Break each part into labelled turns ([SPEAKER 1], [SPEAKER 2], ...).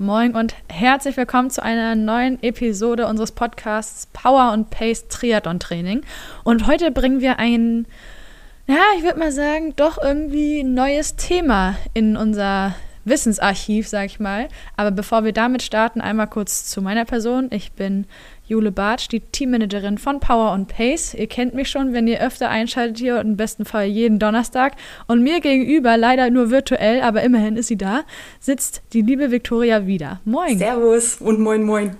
[SPEAKER 1] moin und herzlich willkommen zu einer neuen Episode unseres Podcasts Power und Pace Triathlon Training. Und heute bringen wir ein, ich würde mal sagen, doch irgendwie neues Thema in unser Wissensarchiv, sag ich mal. Aber bevor wir damit starten, einmal kurz zu meiner Person. Ich bin Jule Bartsch, die Teammanagerin von Power und Pace. Ihr kennt mich schon, wenn ihr öfter einschaltet hier und im besten Fall jeden Donnerstag. Und mir gegenüber, leider nur virtuell, aber immerhin ist sie da, sitzt die liebe Viktoria wieder. Moin.
[SPEAKER 2] Servus und moin moin.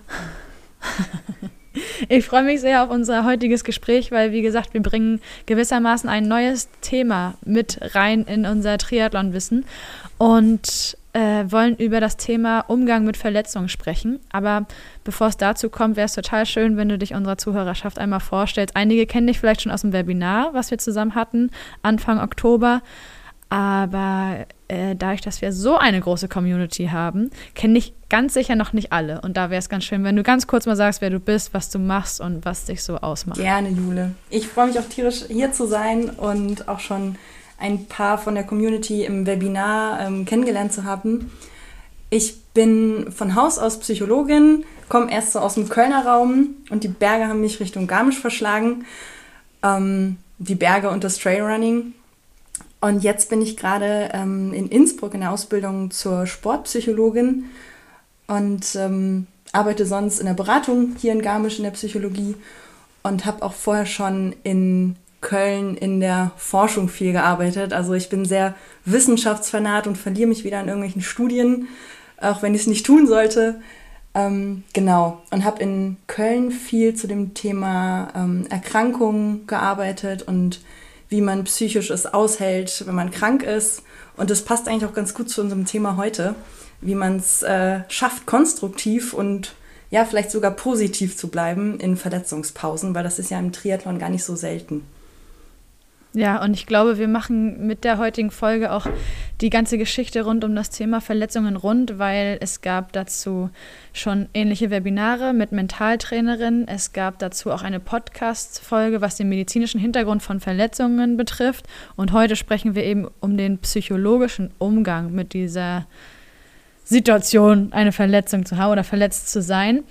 [SPEAKER 1] Ich freue mich sehr auf unser heutiges Gespräch, weil, wie gesagt, wir bringen gewissermaßen ein neues Thema mit rein in unser Triathlon-Wissen und wollen über das Thema Umgang mit Verletzungen sprechen. Aber bevor es dazu kommt, wäre es total schön, wenn du dich unserer Zuhörerschaft einmal vorstellst. Einige kennen dich vielleicht schon aus dem Webinar, was wir zusammen hatten, Anfang Oktober. Aber dadurch, dass wir so eine große Community haben, kenne ich ganz sicher noch nicht alle. Und da wäre es ganz schön, wenn du ganz kurz mal sagst, wer du bist, was du machst und was dich so ausmacht.
[SPEAKER 2] Gerne, Jule. Ich freue mich auch tierisch, hier zu sein und auch schon ein paar von der Community im Webinar kennengelernt zu haben. Ich bin von Haus aus Psychologin, komme erst so aus dem Kölner Raum und die Berge haben mich Richtung Garmisch verschlagen. Die Berge und das Trailrunning. Und jetzt bin ich gerade in Innsbruck in der Ausbildung zur Sportpsychologin und arbeite sonst in der Beratung hier in Garmisch in der Psychologie und habe auch vorher schon in Köln in der Forschung viel gearbeitet. Also ich bin sehr wissenschaftsfanat und verliere mich wieder in irgendwelchen Studien, auch wenn ich es nicht tun sollte. Genau. Und habe in Köln viel zu dem Thema Erkrankungen gearbeitet und wie man psychisch es aushält, wenn man krank ist. Und das passt eigentlich auch ganz gut zu unserem Thema heute, wie man es schafft, konstruktiv und ja, vielleicht sogar positiv zu bleiben in Verletzungspausen, weil das ist ja im Triathlon gar nicht so selten.
[SPEAKER 1] Ja, und ich glaube, wir machen mit der heutigen Folge auch die ganze Geschichte rund um das Thema Verletzungen rund, weil es gab dazu schon ähnliche Webinare mit Mentaltrainerinnen. Es gab dazu auch eine Podcast-Folge, was den medizinischen Hintergrund von Verletzungen betrifft. Und heute sprechen wir eben um den psychologischen Umgang mit dieser Situation, eine Verletzung zu haben oder verletzt zu sein.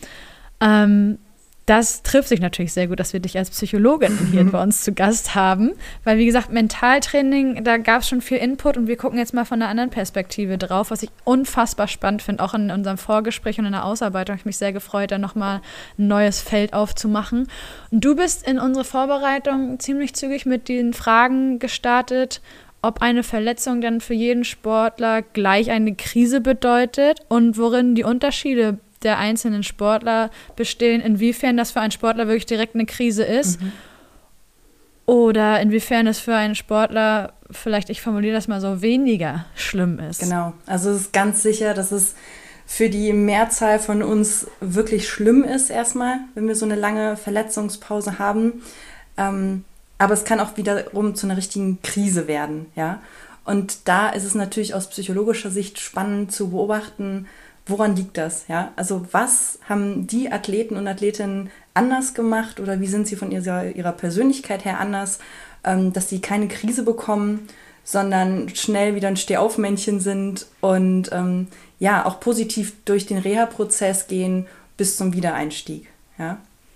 [SPEAKER 1] Das trifft sich natürlich sehr gut, dass wir dich als Psychologin hier bei uns zu Gast haben, weil, wie gesagt, Mentaltraining, da gab es schon viel Input und wir gucken jetzt mal von einer anderen Perspektive drauf, was ich unfassbar spannend finde. Auch in unserem Vorgespräch und in der Ausarbeitung habe ich mich sehr gefreut, da nochmal ein neues Feld aufzumachen. Und du bist in unsere Vorbereitung ziemlich zügig mit den Fragen gestartet, ob eine Verletzung dann für jeden Sportler gleich eine Krise bedeutet und worin die Unterschiede der einzelnen Sportler bestehen, inwiefern das für einen Sportler wirklich direkt eine Krise ist oder inwiefern es für einen Sportler vielleicht, ich formuliere das mal so, weniger schlimm ist.
[SPEAKER 2] Genau, also es ist ganz sicher, dass es für die Mehrzahl von uns wirklich schlimm ist erstmal, wenn wir so eine lange Verletzungspause haben, aber es kann auch wiederum zu einer richtigen Krise werden, ja. Und da ist es natürlich aus psychologischer Sicht spannend zu beobachten, woran liegt das? Ja? Also was haben die Athleten und Athletinnen anders gemacht oder wie sind sie von ihrer Persönlichkeit her anders, dass sie keine Krise bekommen, sondern schnell wieder ein Stehaufmännchen sind und auch positiv durch den Reha-Prozess gehen bis zum Wiedereinstieg. Ja?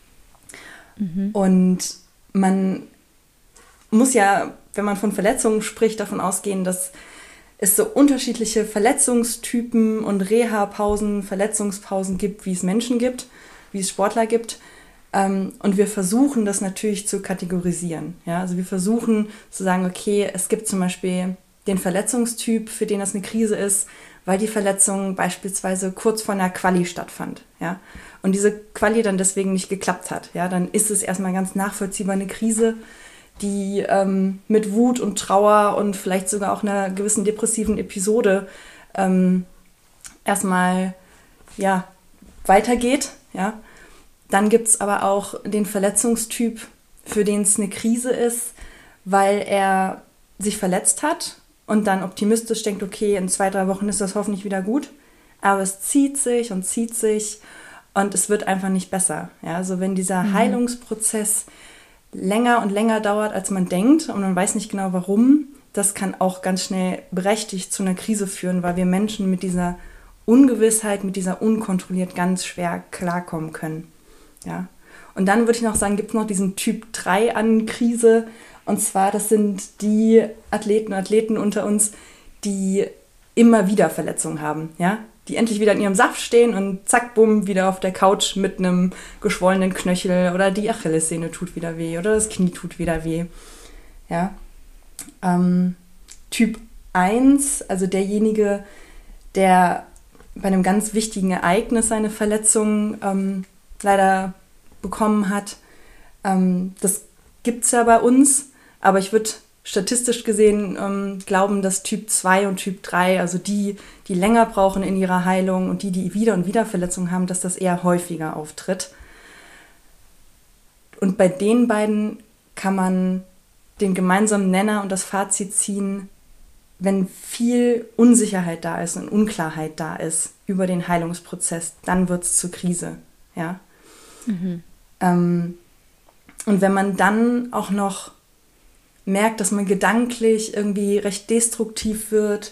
[SPEAKER 2] Und man muss ja, wenn man von Verletzungen spricht, davon ausgehen, dass es so unterschiedliche Verletzungstypen und Reha-Pausen, Verletzungspausen gibt, wie es Menschen gibt, wie es Sportler gibt. Und wir versuchen das natürlich zu kategorisieren. Ja? Also wir versuchen zu sagen, okay, es gibt zum Beispiel den Verletzungstyp, für den das eine Krise ist, weil die Verletzung beispielsweise kurz vor einer Quali stattfand. Ja? Und diese Quali dann deswegen nicht geklappt hat. Ja? Dann ist es erstmal ganz nachvollziehbar eine Krise, die mit Wut und Trauer und vielleicht sogar auch einer gewissen depressiven Episode erstmal weitergeht. Ja? Dann gibt es aber auch den Verletzungstyp, für den es eine Krise ist, weil er sich verletzt hat und dann optimistisch denkt, okay, in 2-3 Wochen ist das hoffentlich wieder gut. Aber es zieht sich und es wird einfach nicht besser. Ja? Also wenn dieser Heilungsprozess länger und länger dauert, als man denkt und man weiß nicht genau warum, das kann auch ganz schnell berechtigt zu einer Krise führen, weil wir Menschen mit dieser Ungewissheit, mit dieser unkontrolliert ganz schwer klarkommen können. Ja? Und dann würde ich noch sagen, gibt es noch diesen Typ 3 an Krise. Und zwar, das sind die Athleten und Athleten unter uns, die immer wieder Verletzungen haben. Ja? Die endlich wieder in ihrem Saft stehen und zack, bumm, wieder auf der Couch mit einem geschwollenen Knöchel oder die Achillessehne tut wieder weh oder das Knie tut wieder weh. Ja? Typ 1, also derjenige, der bei einem ganz wichtigen Ereignis seine Verletzung leider bekommen hat. Das gibt es ja bei uns, aber ich würde statistisch gesehen glauben, dass Typ 2 und Typ 3, also die länger brauchen in ihrer Heilung und die wieder und wieder Verletzungen haben, dass das eher häufiger auftritt. Und bei den beiden kann man den gemeinsamen Nenner und das Fazit ziehen, wenn viel Unsicherheit da ist und Unklarheit da ist über den Heilungsprozess, dann wird es zur Krise. Ja? Mhm. Und wenn man dann auch noch merkt, dass man gedanklich irgendwie recht destruktiv wird,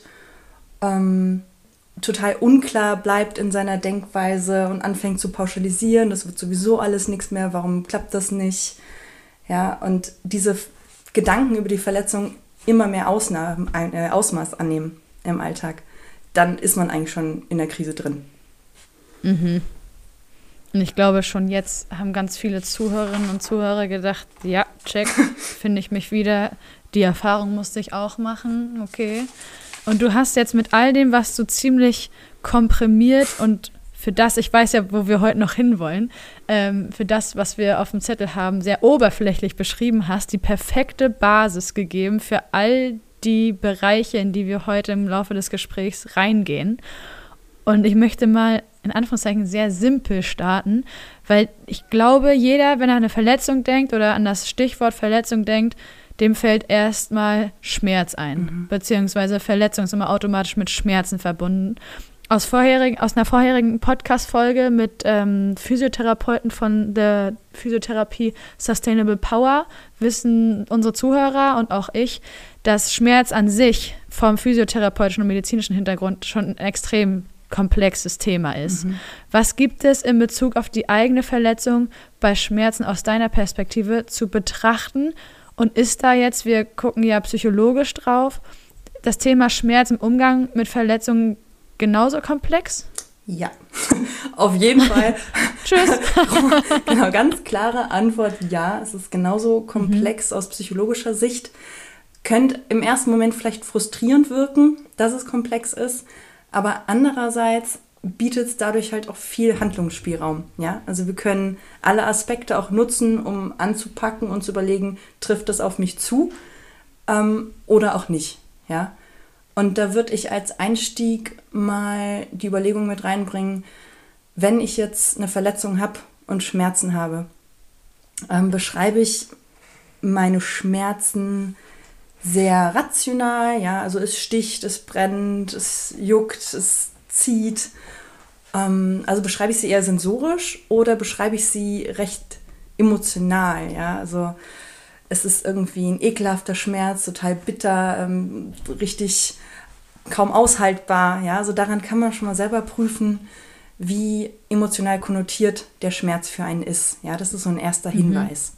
[SPEAKER 2] total unklar bleibt in seiner Denkweise und anfängt zu pauschalisieren, das wird sowieso alles nichts mehr, warum klappt das nicht? Ja, und diese Gedanken über die Verletzung immer mehr Ausmaß annehmen im Alltag, dann ist man eigentlich schon in der Krise drin.
[SPEAKER 1] Mhm. Und ich glaube, schon jetzt haben ganz viele Zuhörerinnen und Zuhörer gedacht, ja, check, finde ich mich wieder. Die Erfahrung musste ich auch machen, okay. Und du hast jetzt mit all dem, was du ziemlich komprimiert und für das, ich weiß ja, wo wir heute noch hinwollen, für das, was wir auf dem Zettel haben, sehr oberflächlich beschrieben hast, die perfekte Basis gegeben für all die Bereiche, in die wir heute im Laufe des Gesprächs reingehen. Und ich möchte mal in Anführungszeichen sehr simpel starten, weil ich glaube, jeder, wenn er an eine Verletzung denkt oder an das Stichwort Verletzung denkt, dem fällt erstmal Schmerz ein, beziehungsweise Verletzung ist immer automatisch mit Schmerzen verbunden. Aus einer vorherigen Podcast-Folge mit Physiotherapeuten von der Physiotherapie Sustainable Power wissen unsere Zuhörer und auch ich, dass Schmerz an sich vom physiotherapeutischen und medizinischen Hintergrund schon ein extrem komplexes Thema ist. Mhm. Was gibt es in Bezug auf die eigene Verletzung bei Schmerzen aus deiner Perspektive zu betrachten? Und ist da jetzt, wir gucken ja psychologisch drauf, das Thema Schmerz im Umgang mit Verletzungen genauso komplex?
[SPEAKER 2] Ja, auf jeden Fall.
[SPEAKER 1] Tschüss.
[SPEAKER 2] Genau, ganz klare Antwort, ja. Es ist genauso komplex aus psychologischer Sicht. Könnte im ersten Moment vielleicht frustrierend wirken, dass es komplex ist, aber andererseits bietet es dadurch halt auch viel Handlungsspielraum. Ja? Also wir können alle Aspekte auch nutzen, um anzupacken und zu überlegen, trifft das auf mich zu oder auch nicht. Ja? Und da würde ich als Einstieg mal die Überlegung mit reinbringen, wenn ich jetzt eine Verletzung habe und Schmerzen habe, beschreibe ich meine Schmerzen sehr rational, ja, also es sticht, es brennt, es juckt, es zieht. Also beschreibe ich sie eher sensorisch oder beschreibe ich sie recht emotional, ja, also es ist irgendwie ein ekelhafter Schmerz, total bitter, richtig kaum aushaltbar, ja, also daran kann man schon mal selber prüfen, wie emotional konnotiert der Schmerz für einen ist, ja, das ist so ein erster Hinweis.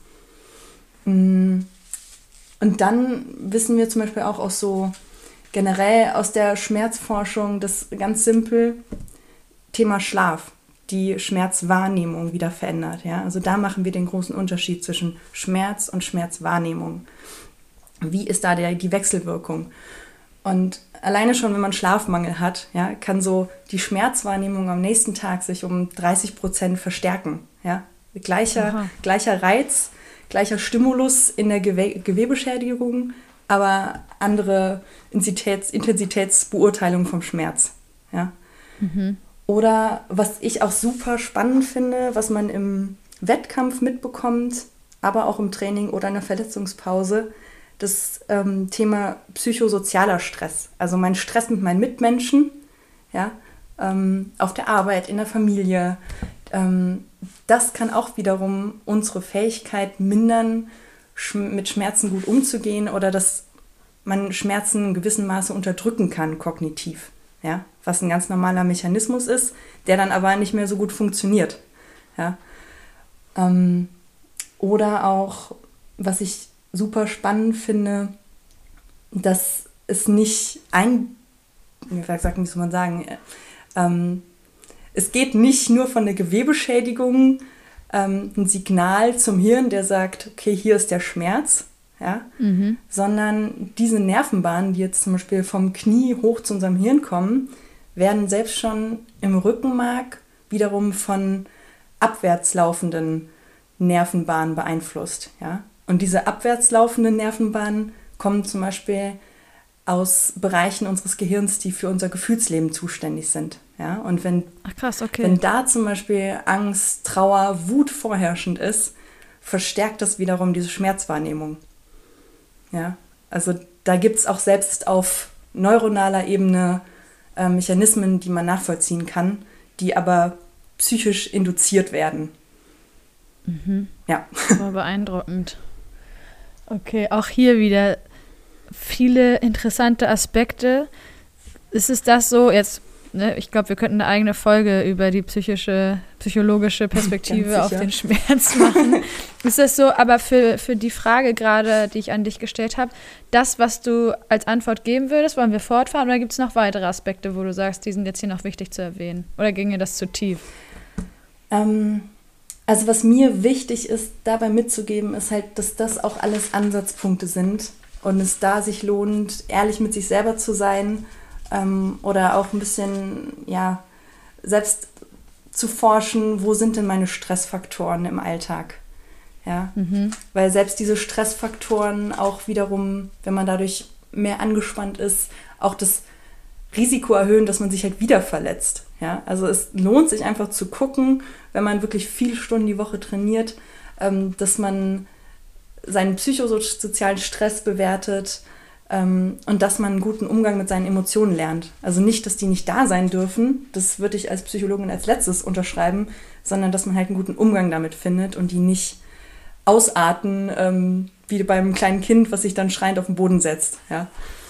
[SPEAKER 2] Und dann wissen wir zum Beispiel auch aus so generell aus der Schmerzforschung, das ganz simpel Thema Schlaf, die Schmerzwahrnehmung wieder verändert. Ja? Also da machen wir den großen Unterschied zwischen Schmerz und Schmerzwahrnehmung. Wie ist da die Wechselwirkung? Und alleine schon, wenn man Schlafmangel hat, ja, kann so die Schmerzwahrnehmung am nächsten Tag sich um 30% verstärken. Ja? Gleicher Reiz, gleicher Stimulus in der Gewebeschädigung, aber andere Intensitätsbeurteilung vom Schmerz. Ja? Mhm. Oder was ich auch super spannend finde, was man im Wettkampf mitbekommt, aber auch im Training oder in der Verletzungspause, das Thema psychosozialer Stress. Also mein Stress mit meinen Mitmenschen, ja, auf der Arbeit, in der Familie, das kann auch wiederum unsere Fähigkeit mindern, mit Schmerzen gut umzugehen oder dass man Schmerzen in gewissem Maße unterdrücken kann, kognitiv. ja, was ein ganz normaler Mechanismus ist, der dann aber nicht mehr so gut funktioniert. Ja. Oder auch, was ich super spannend finde, dass es nicht wie soll man sagen, es geht nicht nur von der Gewebeschädigung ein Signal zum Hirn, der sagt, okay, hier ist der Schmerz, ja, sondern diese Nervenbahnen, die jetzt zum Beispiel vom Knie hoch zu unserem Hirn kommen, werden selbst schon im Rückenmark wiederum von abwärts laufenden Nervenbahnen beeinflusst, ja. Und diese abwärts laufenden Nervenbahnen kommen zum Beispiel aus Bereichen unseres Gehirns, die für unser Gefühlsleben zuständig sind. Ja? Und wenn da zum Beispiel Angst, Trauer, Wut vorherrschend ist, verstärkt das wiederum diese Schmerzwahrnehmung. Ja? Also da gibt es auch selbst auf neuronaler Ebene Mechanismen, die man nachvollziehen kann, die aber psychisch induziert werden. Ja.
[SPEAKER 1] War beeindruckend. Okay, auch hier wieder viele interessante Aspekte. Ist es das so, jetzt, ne, ich glaube, wir könnten eine eigene Folge über die psychologische Perspektive auf den Schmerz machen. Ist das so, aber für die Frage gerade, die ich an dich gestellt habe, das, was du als Antwort geben würdest, wollen wir fortfahren oder gibt es noch weitere Aspekte, wo du sagst, die sind jetzt hier noch wichtig zu erwähnen? Oder ginge das zu tief?
[SPEAKER 2] Also was mir wichtig ist, dabei mitzugeben, ist halt, dass das auch alles Ansatzpunkte sind und es da sich lohnt, ehrlich mit sich selber zu sein oder auch ein bisschen, ja, selbst zu forschen, wo sind denn meine Stressfaktoren im Alltag? Ja? Weil selbst diese Stressfaktoren auch wiederum, wenn man dadurch mehr angespannt ist, auch das Risiko erhöhen, dass man sich halt wieder verletzt. Ja? Also es lohnt sich einfach zu gucken, wenn man wirklich viele Stunden die Woche trainiert, dass man seinen psychosozialen Stress bewertet und dass man einen guten Umgang mit seinen Emotionen lernt. Also nicht, dass die nicht da sein dürfen, das würde ich als Psychologin als letztes unterschreiben, sondern dass man halt einen guten Umgang damit findet und die nicht ausarten, wie beim kleinen Kind, was sich dann schreiend auf den Boden setzt. Ja.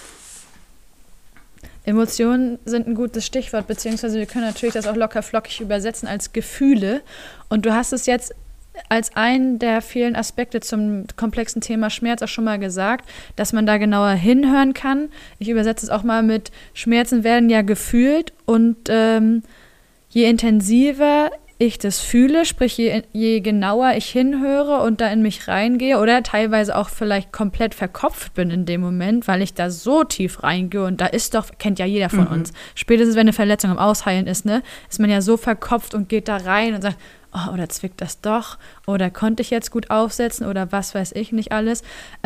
[SPEAKER 1] Emotionen sind ein gutes Stichwort, beziehungsweise wir können natürlich das auch locker flockig übersetzen als Gefühle. Und du hast es jetzt als einen der vielen Aspekte zum komplexen Thema Schmerz auch schon mal gesagt, dass man da genauer hinhören kann. Ich übersetze es auch mal mit, Schmerzen werden ja gefühlt und je intensiver ich das fühle, sprich je genauer ich hinhöre und da in mich reingehe oder teilweise auch vielleicht komplett verkopft bin in dem Moment, weil ich da so tief reingehe und da ist doch, kennt ja jeder von uns, spätestens wenn eine Verletzung am Ausheilen ist, ne, ist man ja so verkopft und geht da rein und sagt, oh, oder zwickt das doch oder konnte ich jetzt gut aufsetzen oder was weiß ich nicht alles.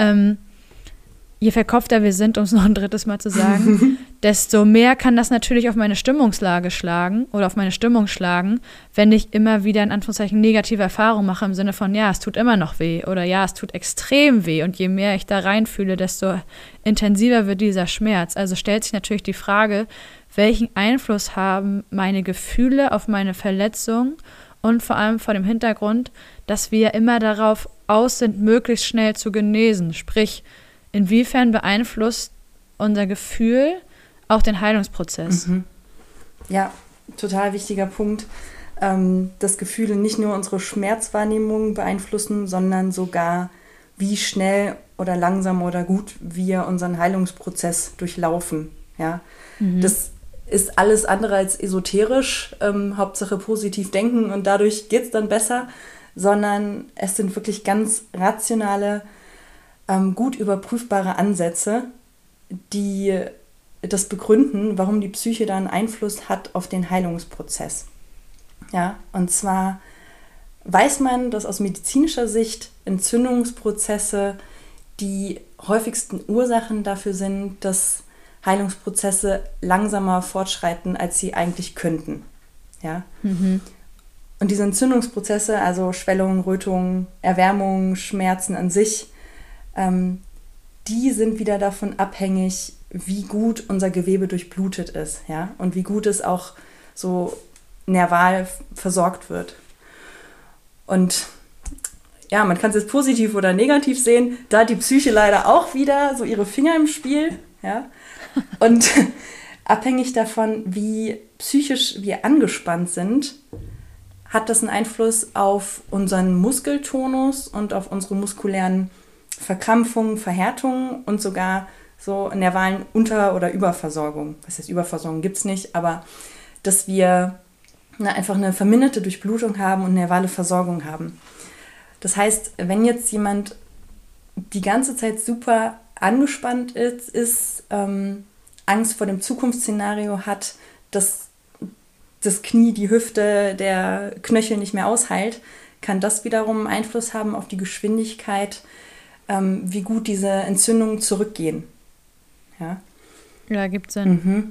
[SPEAKER 1] Je verkopfter wir sind, um es noch ein drittes Mal zu sagen, desto mehr kann das natürlich auf meine Stimmungslage schlagen oder auf meine Stimmung schlagen, wenn ich immer wieder in Anführungszeichen negative Erfahrungen mache im Sinne von, ja, es tut immer noch weh oder ja, es tut extrem weh und je mehr ich da reinfühle, desto intensiver wird dieser Schmerz. Also stellt sich natürlich die Frage, welchen Einfluss haben meine Gefühle auf meine Verletzung und vor allem vor dem Hintergrund, dass wir immer darauf aus sind, möglichst schnell zu genesen, sprich, inwiefern beeinflusst unser Gefühl auch den Heilungsprozess?
[SPEAKER 2] Ja, total wichtiger Punkt, dass Gefühle nicht nur unsere Schmerzwahrnehmung beeinflussen, sondern sogar, wie schnell oder langsam oder gut wir unseren Heilungsprozess durchlaufen. Ja? Das ist alles andere als esoterisch, Hauptsache positiv denken und dadurch geht es dann besser, sondern es sind wirklich ganz rationale, gut überprüfbare Ansätze, die das begründen, warum die Psyche da einen Einfluss hat auf den Heilungsprozess. Ja, und zwar weiß man, dass aus medizinischer Sicht Entzündungsprozesse die häufigsten Ursachen dafür sind, dass Heilungsprozesse langsamer fortschreiten, als sie eigentlich könnten. Ja? Und diese Entzündungsprozesse, also Schwellung, Rötung, Erwärmung, Schmerzen an sich, die sind wieder davon abhängig, wie gut unser Gewebe durchblutet ist, ja, und wie gut es auch so nerval versorgt wird. Und ja, man kann es jetzt positiv oder negativ sehen, da hat die Psyche leider auch wieder so ihre Finger im Spiel, ja. Und abhängig davon, wie psychisch wir angespannt sind, hat das einen Einfluss auf unseren Muskeltonus und auf unsere muskulären Verkrampfungen, Verhärtungen und sogar so nervalen Unter- oder Überversorgung. Was heißt Überversorgung? Gibt es nicht, aber dass wir einfach eine verminderte Durchblutung haben und nervale Versorgung haben. Das heißt, wenn jetzt jemand die ganze Zeit super angespannt ist, Angst vor dem Zukunftsszenario hat, dass das Knie, die Hüfte, der Knöchel nicht mehr ausheilt, kann das wiederum Einfluss haben auf die Geschwindigkeit, wie gut diese Entzündungen zurückgehen.
[SPEAKER 1] Ja, gibt Sinn.
[SPEAKER 2] Mhm.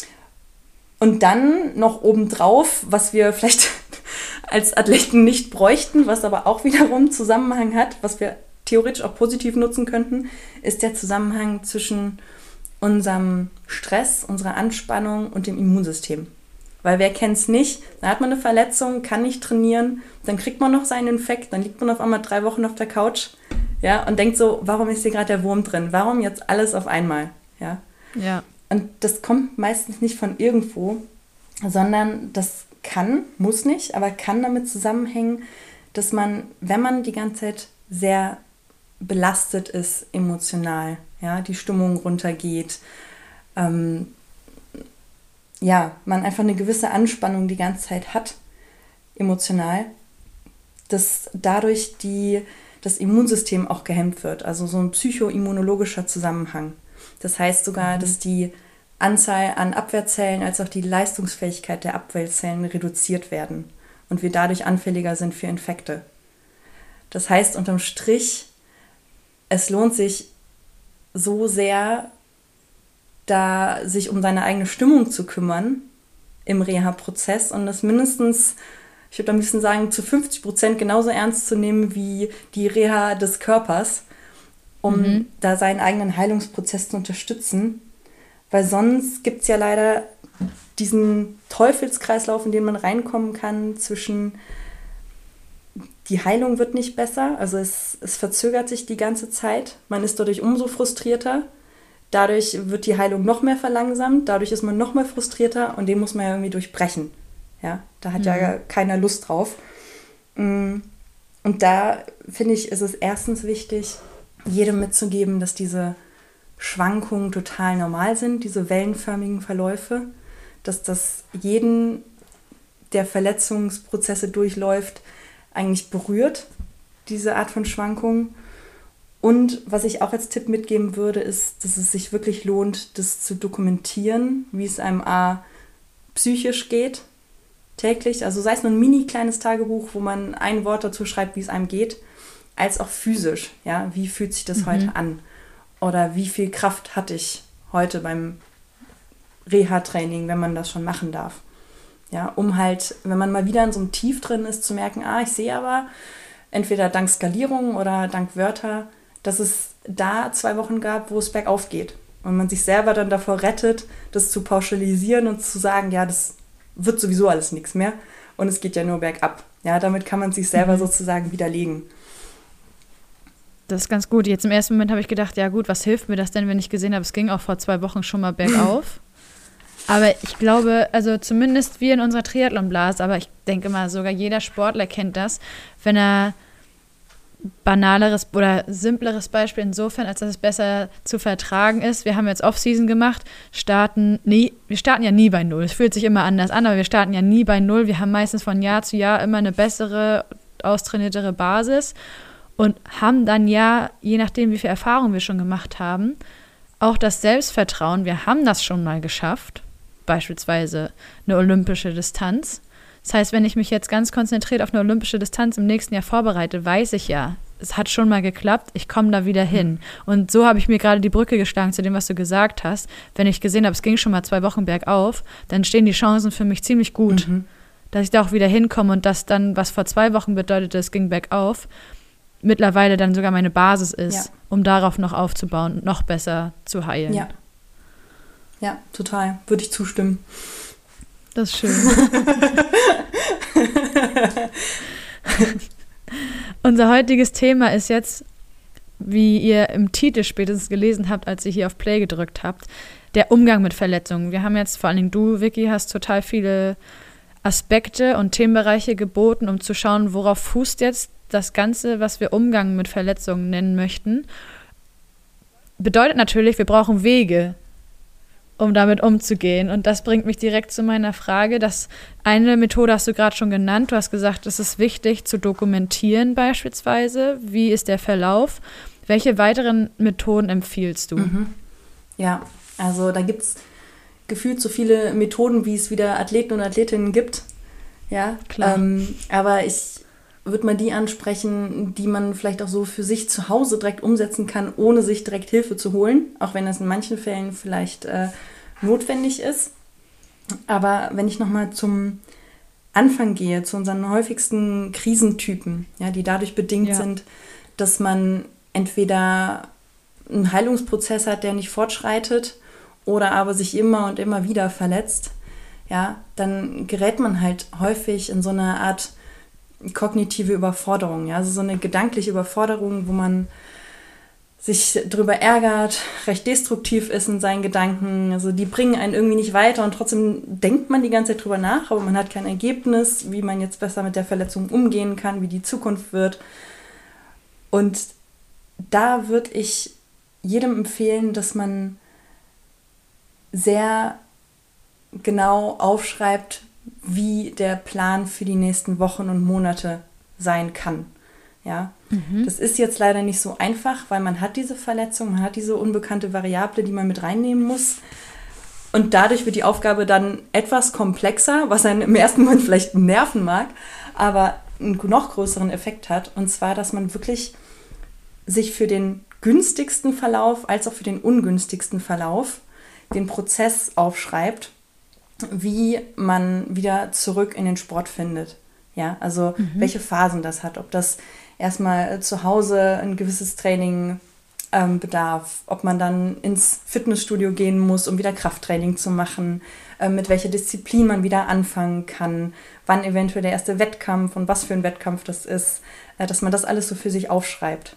[SPEAKER 2] Und dann noch obendrauf, was wir vielleicht als Athleten nicht bräuchten, was aber auch wiederum Zusammenhang hat, was wir theoretisch auch positiv nutzen könnten, ist der Zusammenhang zwischen unserem Stress, unserer Anspannung und dem Immunsystem. Weil wer kennt es nicht, dann hat man eine Verletzung, kann nicht trainieren, dann kriegt man noch seinen Infekt, dann liegt man auf einmal 3 Wochen auf der Couch, ja, und denkt so, warum ist hier gerade der Wurm drin? Warum jetzt alles auf einmal? Ja. Und das kommt meistens nicht von irgendwo, sondern das muss nicht, aber kann damit zusammenhängen, dass man, wenn man die ganze Zeit sehr belastet ist emotional, ja, die Stimmung runtergeht, man einfach eine gewisse Anspannung die ganze Zeit hat, emotional, dass dadurch das Immunsystem auch gehemmt wird, also so ein psychoimmunologischer Zusammenhang. Das heißt sogar, dass die Anzahl an Abwehrzellen als auch die Leistungsfähigkeit der Abwehrzellen reduziert werden und wir dadurch anfälliger sind für Infekte. Das heißt unterm Strich, es lohnt sich so sehr, da sich um seine eigene Stimmung zu kümmern im Reha-Prozess und das mindestens, ich würde am liebsten sagen, zu 50% genauso ernst zu nehmen wie die Reha des Körpers, um da seinen eigenen Heilungsprozess zu unterstützen. Weil sonst gibt es ja leider diesen Teufelskreislauf, in den man reinkommen kann zwischen die Heilung wird nicht besser, also es verzögert sich die ganze Zeit, man ist dadurch umso frustrierter, dadurch wird die Heilung noch mehr verlangsamt, dadurch ist man noch mehr frustrierter und den muss man ja irgendwie durchbrechen. Ja, da hat ja keiner Lust drauf. Und da, finde ich, ist es erstens wichtig, jedem mitzugeben, dass diese Schwankungen total normal sind, diese wellenförmigen Verläufe, dass das jeden, der Verletzungsprozesse durchläuft, eigentlich berührt, diese Art von Schwankungen. Und was ich auch als Tipp mitgeben würde, ist, dass es sich wirklich lohnt, das zu dokumentieren, wie es einem psychisch geht, täglich. Also sei es nur ein mini kleines Tagebuch, wo man ein Wort dazu schreibt, wie es einem geht, als auch physisch. Ja? Wie fühlt sich das heute an? Oder wie viel Kraft hatte ich heute beim Reha-Training, wenn man das schon machen darf? Ja, um halt, wenn man mal wieder in so einem Tief drin ist, zu merken, ich sehe aber, entweder dank Skalierung oder dank Wörter, dass es da 2 Wochen gab, wo es bergauf geht. Und man sich selber dann davor rettet, das zu pauschalisieren und zu sagen, ja, das wird sowieso alles nichts mehr und es geht ja nur bergab. Ja, damit kann man sich selber sozusagen widerlegen.
[SPEAKER 1] Das ist ganz gut. Jetzt im ersten Moment habe ich gedacht, ja gut, was hilft mir das denn, wenn ich gesehen habe, es ging auch vor 2 Wochen schon mal bergauf. Aber ich glaube, also zumindest wir in unserer Triathlon-Blase, aber ich denke mal, sogar jeder Sportler kennt das, wenn er banaleres oder simpleres Beispiel insofern, als dass es besser zu vertragen ist. Wir haben jetzt Off-Season gemacht, wir starten ja nie bei 0. Es fühlt sich immer anders an, aber wir starten ja nie bei 0. Wir haben meistens von Jahr zu Jahr immer eine bessere, austrainiertere Basis und haben dann ja, je nachdem, wie viel Erfahrung wir schon gemacht haben, auch das Selbstvertrauen, wir haben das schon mal geschafft, beispielsweise eine olympische Distanz. Das heißt, wenn ich mich jetzt ganz konzentriert auf eine olympische Distanz im nächsten Jahr vorbereite, weiß ich ja, es hat schon mal geklappt, ich komme da wieder hin. Und so habe ich mir gerade die Brücke geschlagen zu dem, was du gesagt hast. Wenn ich gesehen habe, es ging schon mal 2 Wochen bergauf, dann stehen die Chancen für mich ziemlich gut, dass ich da auch wieder hinkomme und das dann, was vor 2 Wochen bedeutete, es ging bergauf, mittlerweile dann sogar meine Basis ist, um darauf noch aufzubauen und noch besser zu heilen.
[SPEAKER 2] Ja, total. Würde ich zustimmen.
[SPEAKER 1] Das ist schön. Unser heutiges Thema ist jetzt, wie ihr im Titel spätestens gelesen habt, als ihr hier auf Play gedrückt habt, der Umgang mit Verletzungen. Wir haben jetzt, vor allen Dingen du, Vicky, hast total viele Aspekte und Themenbereiche geboten, um zu schauen, worauf fußt jetzt das Ganze, was wir Umgang mit Verletzungen nennen möchten. Bedeutet natürlich, wir brauchen Wege, um damit umzugehen. Und das bringt mich direkt zu meiner Frage, dass eine Methode hast du gerade schon genannt. Du hast gesagt, es ist wichtig zu dokumentieren beispielsweise. Wie ist der Verlauf? Welche weiteren Methoden empfiehlst du?
[SPEAKER 2] Ja, also da gibt es gefühlt so viele Methoden, wie es wieder Athleten und Athletinnen gibt. Ja,
[SPEAKER 1] klar.
[SPEAKER 2] Aber ich würde mal die ansprechen, die man vielleicht auch so für sich zu Hause direkt umsetzen kann, ohne sich direkt Hilfe zu holen, auch wenn das in manchen Fällen vielleicht notwendig ist. Aber wenn ich nochmal zum Anfang gehe, zu unseren häufigsten Krisentypen, ja, die dadurch bedingt sind, dass man entweder einen Heilungsprozess hat, der nicht fortschreitet, oder aber sich immer und immer wieder verletzt, ja, dann gerät man halt häufig in so eine Art kognitive Überforderung, ja, also so eine gedankliche Überforderung, wo man sich drüber ärgert, recht destruktiv ist in seinen Gedanken, also die bringen einen irgendwie nicht weiter und trotzdem denkt man die ganze Zeit drüber nach, aber man hat kein Ergebnis, wie man jetzt besser mit der Verletzung umgehen kann, wie die Zukunft wird. Und da würde ich jedem empfehlen, dass man sehr genau aufschreibt, wie der Plan für die nächsten Wochen und Monate sein kann. Ja? Das ist jetzt leider nicht so einfach, weil man hat diese Verletzung, man hat diese unbekannte Variable, die man mit reinnehmen muss. Und dadurch wird die Aufgabe dann etwas komplexer, was einen im ersten Moment vielleicht nerven mag, aber einen noch größeren Effekt hat. Und zwar, dass man wirklich sich für den günstigsten Verlauf als auch für den ungünstigsten Verlauf den Prozess aufschreibt, wie man wieder zurück in den Sport findet. Ja, also welche Phasen das hat, ob das erstmal zu Hause ein gewisses Training bedarf, ob man dann ins Fitnessstudio gehen muss, um wieder Krafttraining zu machen, mit welcher Disziplin man wieder anfangen kann, wann eventuell der erste Wettkampf und was für ein Wettkampf das ist, dass man das alles so für sich aufschreibt.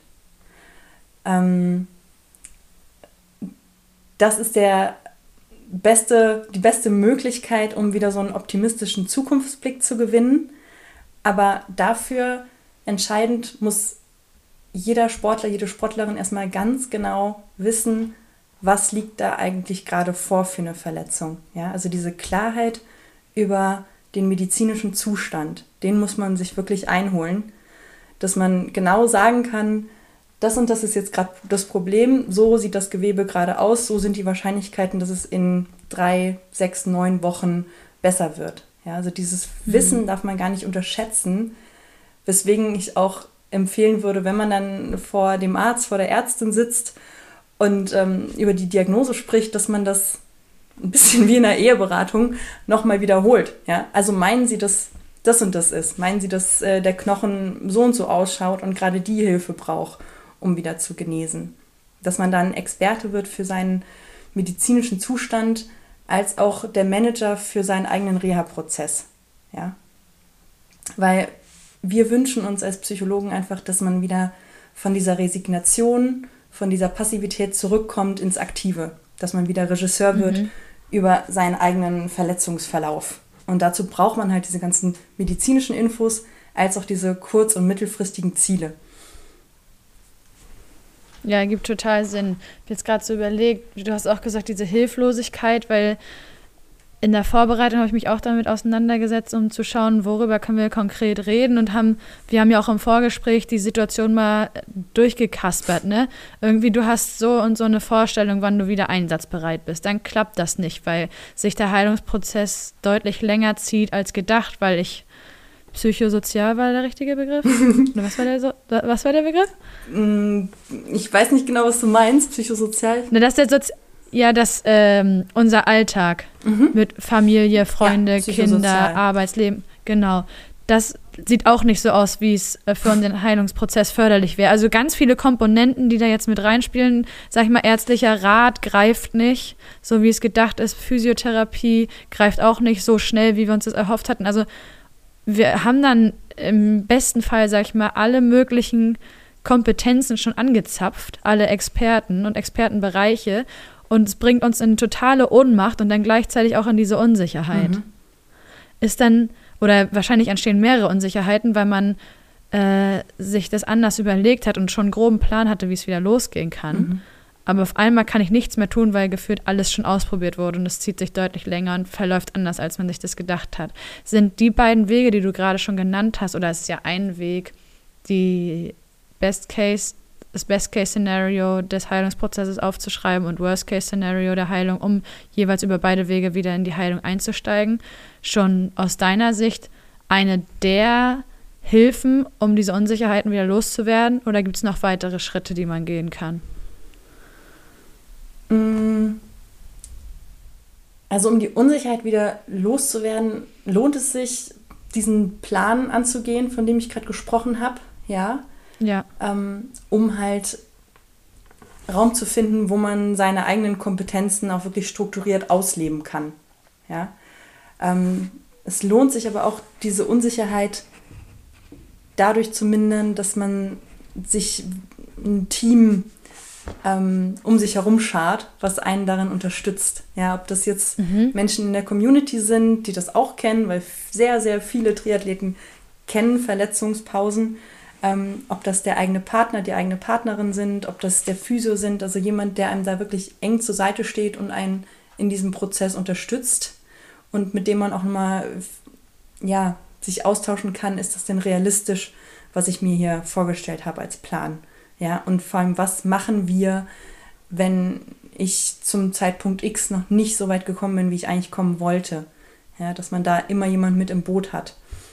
[SPEAKER 2] Das ist die beste Möglichkeit, um wieder so einen optimistischen Zukunftsblick zu gewinnen. Aber dafür entscheidend muss jeder Sportler, jede Sportlerin erstmal ganz genau wissen, was liegt da eigentlich gerade vor für eine Verletzung. Ja, also diese Klarheit über den medizinischen Zustand, den muss man sich wirklich einholen, dass man genau sagen kann, das und das ist jetzt gerade das Problem, so sieht das Gewebe gerade aus, so sind die Wahrscheinlichkeiten, dass es in 3, 6, 9 Wochen besser wird. Ja, also dieses Wissen darf man gar nicht unterschätzen, weswegen ich auch empfehlen würde, wenn man dann vor dem Arzt, vor der Ärztin sitzt und über die Diagnose spricht, dass man das ein bisschen wie in einer Eheberatung nochmal wiederholt. Ja? Also meinen Sie, dass das und das ist? Meinen Sie, dass der Knochen so und so ausschaut und gerade die Hilfe braucht, um wieder zu genesen? Dass man dann Experte wird für seinen medizinischen Zustand, als auch der Manager für seinen eigenen Reha-Prozess. Ja? Weil wir wünschen uns als Psychologen einfach, dass man wieder von dieser Resignation, von dieser Passivität zurückkommt ins Aktive. Dass man wieder Regisseur wird über seinen eigenen Verletzungsverlauf. Und dazu braucht man halt diese ganzen medizinischen Infos, als auch diese kurz- und mittelfristigen Ziele.
[SPEAKER 1] Ja, gibt total Sinn. Ich habe jetzt gerade so überlegt, du hast auch gesagt, diese Hilflosigkeit, weil in der Vorbereitung habe ich mich auch damit auseinandergesetzt, um zu schauen, worüber können wir konkret reden, und wir haben ja auch im Vorgespräch die Situation mal durchgekaspert, ne? Irgendwie du hast so und so eine Vorstellung, wann du wieder einsatzbereit bist. Dann klappt das nicht, weil sich der Heilungsprozess deutlich länger zieht als gedacht, weil psychosozial war der richtige Begriff? Oder was war der Begriff?
[SPEAKER 2] Ich weiß nicht genau, was du meinst, psychosozial.
[SPEAKER 1] Ne, das ist unser Alltag mit Familie, Freunde, Kinder, Arbeitsleben, genau. Das sieht auch nicht so aus, wie es für unseren Heilungsprozess förderlich wäre. Also ganz viele Komponenten, die da jetzt mit reinspielen, sag ich mal, ärztlicher Rat greift nicht, so wie es gedacht ist. Physiotherapie greift auch nicht so schnell, wie wir uns das erhofft hatten. Also wir haben dann im besten Fall, sag ich mal, alle möglichen Kompetenzen schon angezapft, alle Experten und Expertenbereiche. und es bringt uns in totale Ohnmacht und dann gleichzeitig auch in diese Unsicherheit. Ist dann, oder wahrscheinlich entstehen mehrere Unsicherheiten, weil man sich das anders überlegt hat und schon einen groben Plan hatte, wie es wieder losgehen kann. Aber auf einmal kann ich nichts mehr tun, weil gefühlt alles schon ausprobiert wurde und es zieht sich deutlich länger und verläuft anders, als man sich das gedacht hat. Sind die beiden Wege, die du gerade schon genannt hast, oder ist es ja ein Weg, das Best-Case-Szenario des Heilungsprozesses aufzuschreiben und Worst-Case-Szenario der Heilung, um jeweils über beide Wege wieder in die Heilung einzusteigen, schon aus deiner Sicht eine der Hilfen, um diese Unsicherheiten wieder loszuwerden? Oder gibt es noch weitere Schritte, die man gehen kann?
[SPEAKER 2] Also um die Unsicherheit wieder loszuwerden, lohnt es sich, diesen Plan anzugehen, von dem ich gerade gesprochen habe, ja. Um halt Raum zu finden, wo man seine eigenen Kompetenzen auch wirklich strukturiert ausleben kann. Ja. Es lohnt sich aber auch, diese Unsicherheit dadurch zu mindern, dass man sich ein Team um sich herum schart, was einen darin unterstützt. Ja, ob das jetzt Menschen in der Community sind, die das auch kennen, weil sehr, sehr viele Triathleten kennen Verletzungspausen, ob das der eigene Partner, die eigene Partnerin sind, ob das der Physio sind, also jemand, der einem da wirklich eng zur Seite steht und einen in diesem Prozess unterstützt und mit dem man auch mal sich austauschen kann, ist das denn realistisch, was ich mir hier vorgestellt habe als Plan. Ja, und vor allem, was machen wir, wenn ich zum Zeitpunkt X noch nicht so weit gekommen bin, wie ich eigentlich kommen wollte. Ja, dass man da immer jemand mit im Boot hat.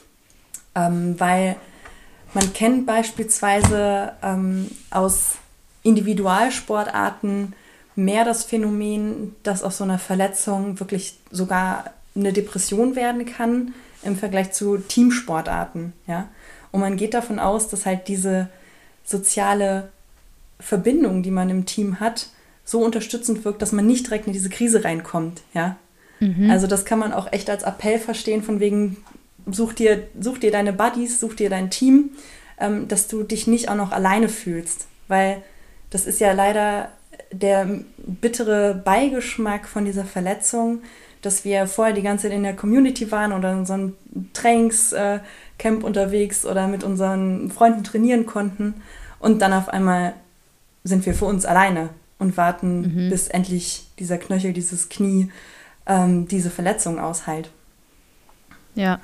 [SPEAKER 2] Weil man kennt beispielsweise aus Individualsportarten mehr das Phänomen, dass aus so einer Verletzung wirklich sogar eine Depression werden kann im Vergleich zu Teamsportarten. Ja? Und man geht davon aus, dass halt diese soziale Verbindung, die man im Team hat, so unterstützend wirkt, dass man nicht direkt in diese Krise reinkommt. Ja? Also das kann man auch echt als Appell verstehen, von wegen, such dir deine Buddies, such dir dein Team, dass du dich nicht auch noch alleine fühlst. Weil das ist ja leider der bittere Beigeschmack von dieser Verletzung, dass wir vorher die ganze Zeit in der Community waren oder in so einem Trainingscamp unterwegs oder mit unseren Freunden trainieren konnten und dann auf einmal sind wir für uns alleine und warten, bis endlich dieser Knöchel, dieses Knie, diese Verletzung ausheilt.
[SPEAKER 1] Ja.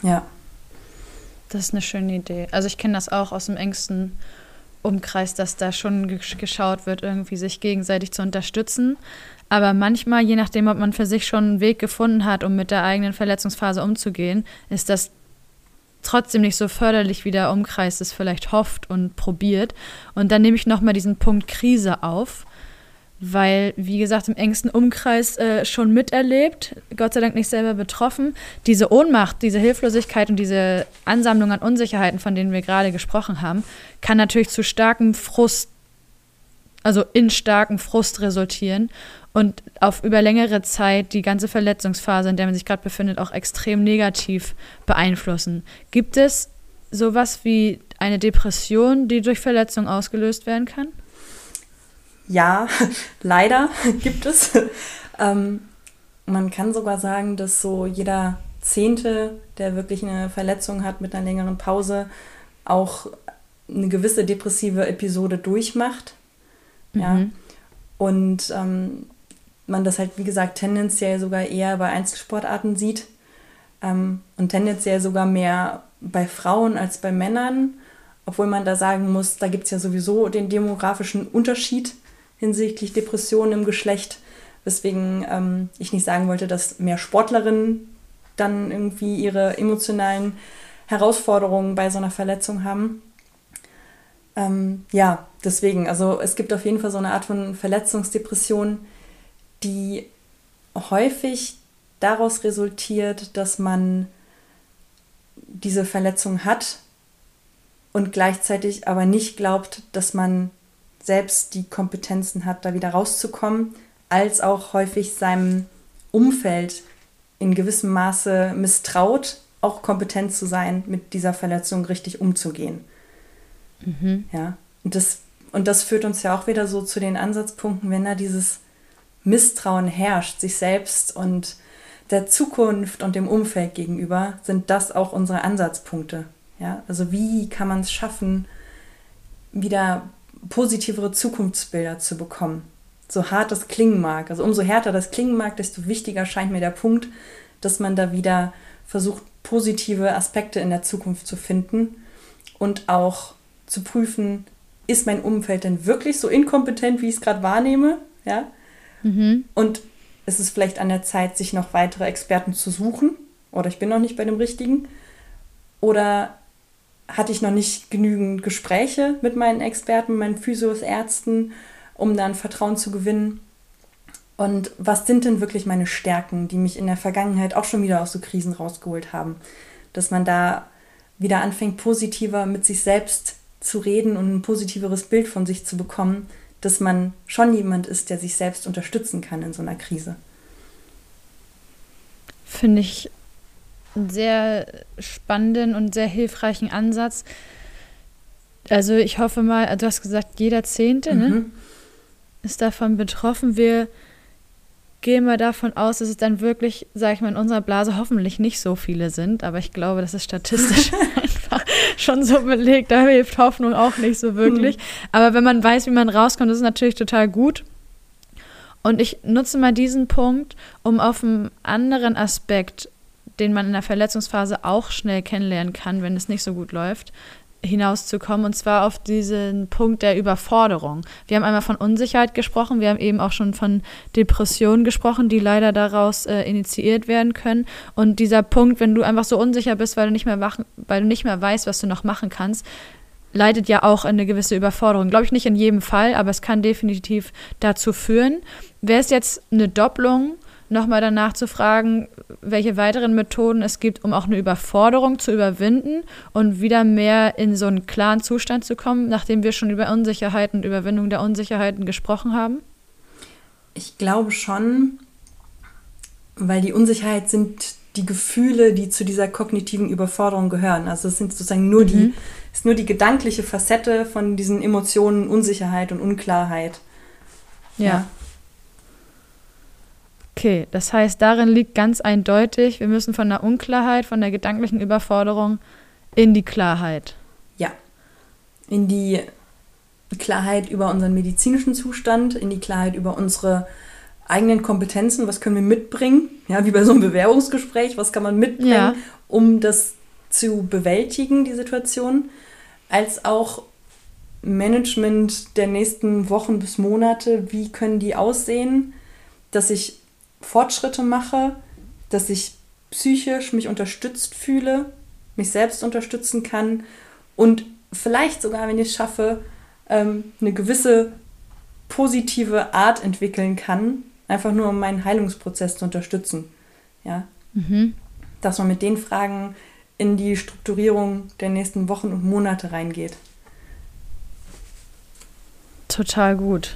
[SPEAKER 1] Das ist eine schöne Idee. Also ich kenne das auch aus dem engsten Umkreis, dass da schon geschaut wird, irgendwie sich gegenseitig zu unterstützen. Aber manchmal, je nachdem, ob man für sich schon einen Weg gefunden hat, um mit der eigenen Verletzungsphase umzugehen, ist das trotzdem nicht so förderlich, wie der Umkreis es vielleicht hofft und probiert. Und dann nehme ich nochmal diesen Punkt Krise auf, weil, wie gesagt, im engsten Umkreis schon miterlebt, Gott sei Dank nicht selber betroffen. Diese Ohnmacht, diese Hilflosigkeit und diese Ansammlung an Unsicherheiten, von denen wir gerade gesprochen haben, kann natürlich zu starkem Frust, also in starkem Frust resultieren und auf über längere Zeit die ganze Verletzungsphase, in der man sich gerade befindet, auch extrem negativ beeinflussen. Gibt es sowas wie eine Depression, die durch Verletzung ausgelöst werden kann?
[SPEAKER 2] Ja, leider gibt es. Man kann sogar sagen, dass so jeder Zehnte, der wirklich eine Verletzung hat mit einer längeren Pause, auch eine gewisse depressive Episode durchmacht. Ja. Und man das halt, wie gesagt, tendenziell sogar eher bei Einzelsportarten sieht und tendenziell sogar mehr bei Frauen als bei Männern, obwohl man da sagen muss, da gibt es ja sowieso den demografischen Unterschied hinsichtlich Depressionen im Geschlecht, weswegen ich nicht sagen wollte, dass mehr Sportlerinnen dann irgendwie ihre emotionalen Herausforderungen bei so einer Verletzung haben. Deswegen, also es gibt auf jeden Fall so eine Art von Verletzungsdepression, die häufig daraus resultiert, dass man diese Verletzung hat und gleichzeitig aber nicht glaubt, dass man selbst die Kompetenzen hat, da wieder rauszukommen, als auch häufig seinem Umfeld in gewissem Maße misstraut, auch kompetent zu sein, mit dieser Verletzung richtig umzugehen. Ja, und das führt uns ja auch wieder so zu den Ansatzpunkten, wenn da dieses Misstrauen herrscht, sich selbst und der Zukunft und dem Umfeld gegenüber, sind das auch unsere Ansatzpunkte. Ja? Also wie kann man es schaffen, wieder positivere Zukunftsbilder zu bekommen? So hart das klingen mag, also umso härter das klingen mag, desto wichtiger scheint mir der Punkt, dass man da wieder versucht, positive Aspekte in der Zukunft zu finden und auch zu prüfen, ist mein Umfeld denn wirklich so inkompetent, wie ich es gerade wahrnehme? Ja? Und ist es vielleicht an der Zeit, sich noch weitere Experten zu suchen? Oder ich bin noch nicht bei dem Richtigen? Oder hatte ich noch nicht genügend Gespräche mit meinen Experten, meinen Physios, Ärzten, um dann Vertrauen zu gewinnen? Und was sind denn wirklich meine Stärken, die mich in der Vergangenheit auch schon wieder aus so Krisen rausgeholt haben? Dass man da wieder anfängt, positiver mit sich selbst zu reden und ein positiveres Bild von sich zu bekommen, dass man schon jemand ist, der sich selbst unterstützen kann in so einer Krise.
[SPEAKER 1] Finde ich einen sehr spannenden und sehr hilfreichen Ansatz. Also ich hoffe mal, du hast gesagt, jeder Zehnte ne, ist davon betroffen. Wir gehen mal davon aus, dass es dann wirklich, sage ich mal, in unserer Blase hoffentlich nicht so viele sind, aber ich glaube, das ist statistisch einfach schon so belegt, da hilft Hoffnung auch nicht so wirklich. Aber wenn man weiß, wie man rauskommt, das ist natürlich total gut. Und ich nutze mal diesen Punkt, um auf einen anderen Aspekt, den man in der Verletzungsphase auch schnell kennenlernen kann, wenn es nicht so gut läuft, hinauszukommen, und zwar auf diesen Punkt der Überforderung. Wir haben einmal von Unsicherheit gesprochen, wir haben eben auch schon von Depressionen gesprochen, die leider daraus initiiert werden können. Und dieser Punkt, wenn du einfach so unsicher bist, weil du nicht mehr weißt, was du noch machen kannst, leitet ja auch in eine gewisse Überforderung. Glaube ich nicht in jedem Fall, aber es kann definitiv dazu führen. Wäre es jetzt eine Doppelung, nochmal danach zu fragen, welche weiteren Methoden es gibt, um auch eine Überforderung zu überwinden und wieder mehr in so einen klaren Zustand zu kommen, nachdem wir schon über Unsicherheiten und Überwindung der Unsicherheiten gesprochen haben?
[SPEAKER 2] Ich glaube schon, weil die Unsicherheit sind die Gefühle, die zu dieser kognitiven Überforderung gehören. Also es sind sozusagen nur die gedankliche Facette von diesen Emotionen Unsicherheit und Unklarheit.
[SPEAKER 1] Ja. Okay, das heißt, darin liegt ganz eindeutig, wir müssen von der Unklarheit, von der gedanklichen Überforderung in die Klarheit.
[SPEAKER 2] Ja, in die Klarheit über unseren medizinischen Zustand, in die Klarheit über unsere eigenen Kompetenzen, was können wir mitbringen, ja, wie bei so einem Bewerbungsgespräch, was kann man mitbringen, um das zu bewältigen, die Situation, als auch Management der nächsten Wochen bis Monate, wie können die aussehen, dass ich Fortschritte mache, dass ich psychisch mich unterstützt fühle, mich selbst unterstützen kann und vielleicht sogar, wenn ich es schaffe, eine gewisse positive Art entwickeln kann, einfach nur um meinen Heilungsprozess zu unterstützen. Ja? Dass man mit den Fragen in die Strukturierung der nächsten Wochen und Monate reingeht.
[SPEAKER 1] Total gut.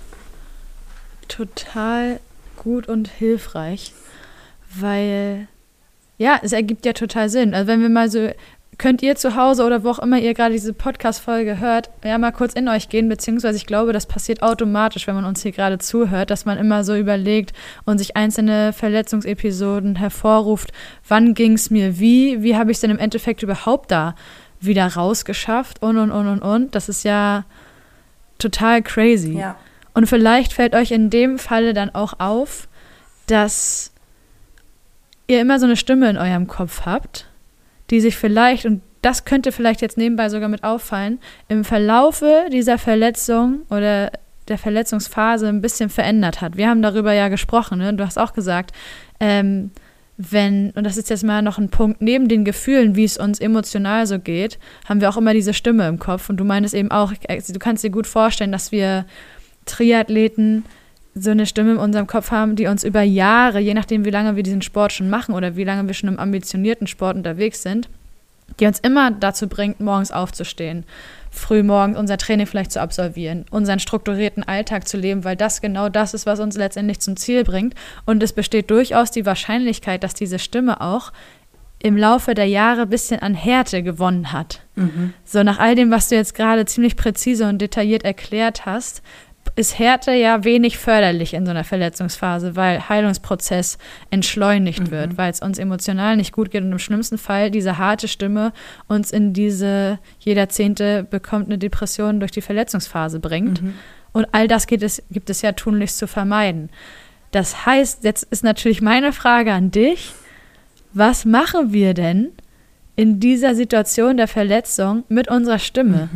[SPEAKER 1] Total gut und hilfreich, weil, ja, es ergibt ja total Sinn. Also wenn wir mal so, könnt ihr zu Hause oder wo auch immer ihr gerade diese Podcast-Folge hört, ja, mal kurz in euch gehen, beziehungsweise ich glaube, das passiert automatisch, wenn man uns hier gerade zuhört, dass man immer so überlegt und sich einzelne Verletzungsepisoden hervorruft, wann ging es mir wie habe ich es denn im Endeffekt überhaupt da wieder rausgeschafft und. Das ist ja total crazy.
[SPEAKER 2] Ja.
[SPEAKER 1] Und vielleicht fällt euch in dem Falle dann auch auf, dass ihr immer so eine Stimme in eurem Kopf habt, die sich vielleicht, und das könnte vielleicht jetzt nebenbei sogar mit auffallen, im Verlaufe dieser Verletzung oder der Verletzungsphase ein bisschen verändert hat. Wir haben darüber ja gesprochen, ne? Du hast auch gesagt, und das ist jetzt mal noch ein Punkt, neben den Gefühlen, wie es uns emotional so geht, haben wir auch immer diese Stimme im Kopf. Und du meinst eben auch, du kannst dir gut vorstellen, dass wir Triathleten so eine Stimme in unserem Kopf haben, die uns über Jahre, je nachdem wie lange wir diesen Sport schon machen oder wie lange wir schon im ambitionierten Sport unterwegs sind, die uns immer dazu bringt, morgens aufzustehen, früh morgens unser Training vielleicht zu absolvieren, unseren strukturierten Alltag zu leben, weil das genau das ist, was uns letztendlich zum Ziel bringt. Und es besteht durchaus die Wahrscheinlichkeit, dass diese Stimme auch im Laufe der Jahre ein bisschen an Härte gewonnen hat. So nach all dem, was du jetzt gerade ziemlich präzise und detailliert erklärt hast, ist Härte ja wenig förderlich in so einer Verletzungsphase, weil Heilungsprozess entschleunigt wird, weil es uns emotional nicht gut geht und im schlimmsten Fall diese harte Stimme uns in jeder 10. bekommt eine Depression durch die Verletzungsphase bringt. Und all das gibt es ja tunlichst zu vermeiden. Das heißt, jetzt ist natürlich meine Frage an dich, was machen wir denn in dieser Situation der Verletzung mit unserer Stimme?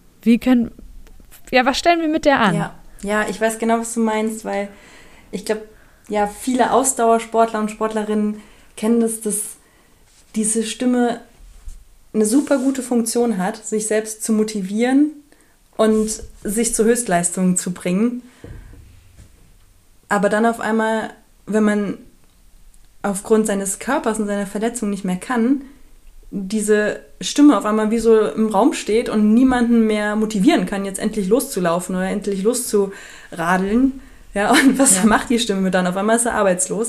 [SPEAKER 1] Was stellen wir mit der an?
[SPEAKER 2] Ja, ich weiß genau, was du meinst, weil ich glaube, ja, viele Ausdauersportler und Sportlerinnen kennen das, dass diese Stimme eine super gute Funktion hat, sich selbst zu motivieren und sich zu Höchstleistungen zu bringen. Aber dann auf einmal, wenn man aufgrund seines Körpers und seiner Verletzung nicht mehr kann, diese Stimme auf einmal wie so im Raum steht und niemanden mehr motivieren kann, jetzt endlich loszulaufen oder endlich loszuradeln. Ja, und was macht die Stimme dann? Auf einmal ist er arbeitslos.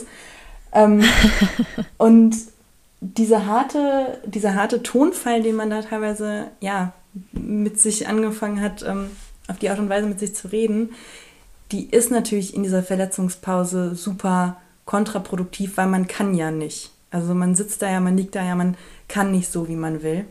[SPEAKER 2] Und dieser harte Tonfall, den man da teilweise mit sich angefangen hat, auf die Art und Weise mit sich zu reden, die ist natürlich in dieser Verletzungspause super kontraproduktiv, weil man kann ja nicht. Also man sitzt da ja, man liegt da ja, man kann nicht so, wie man will.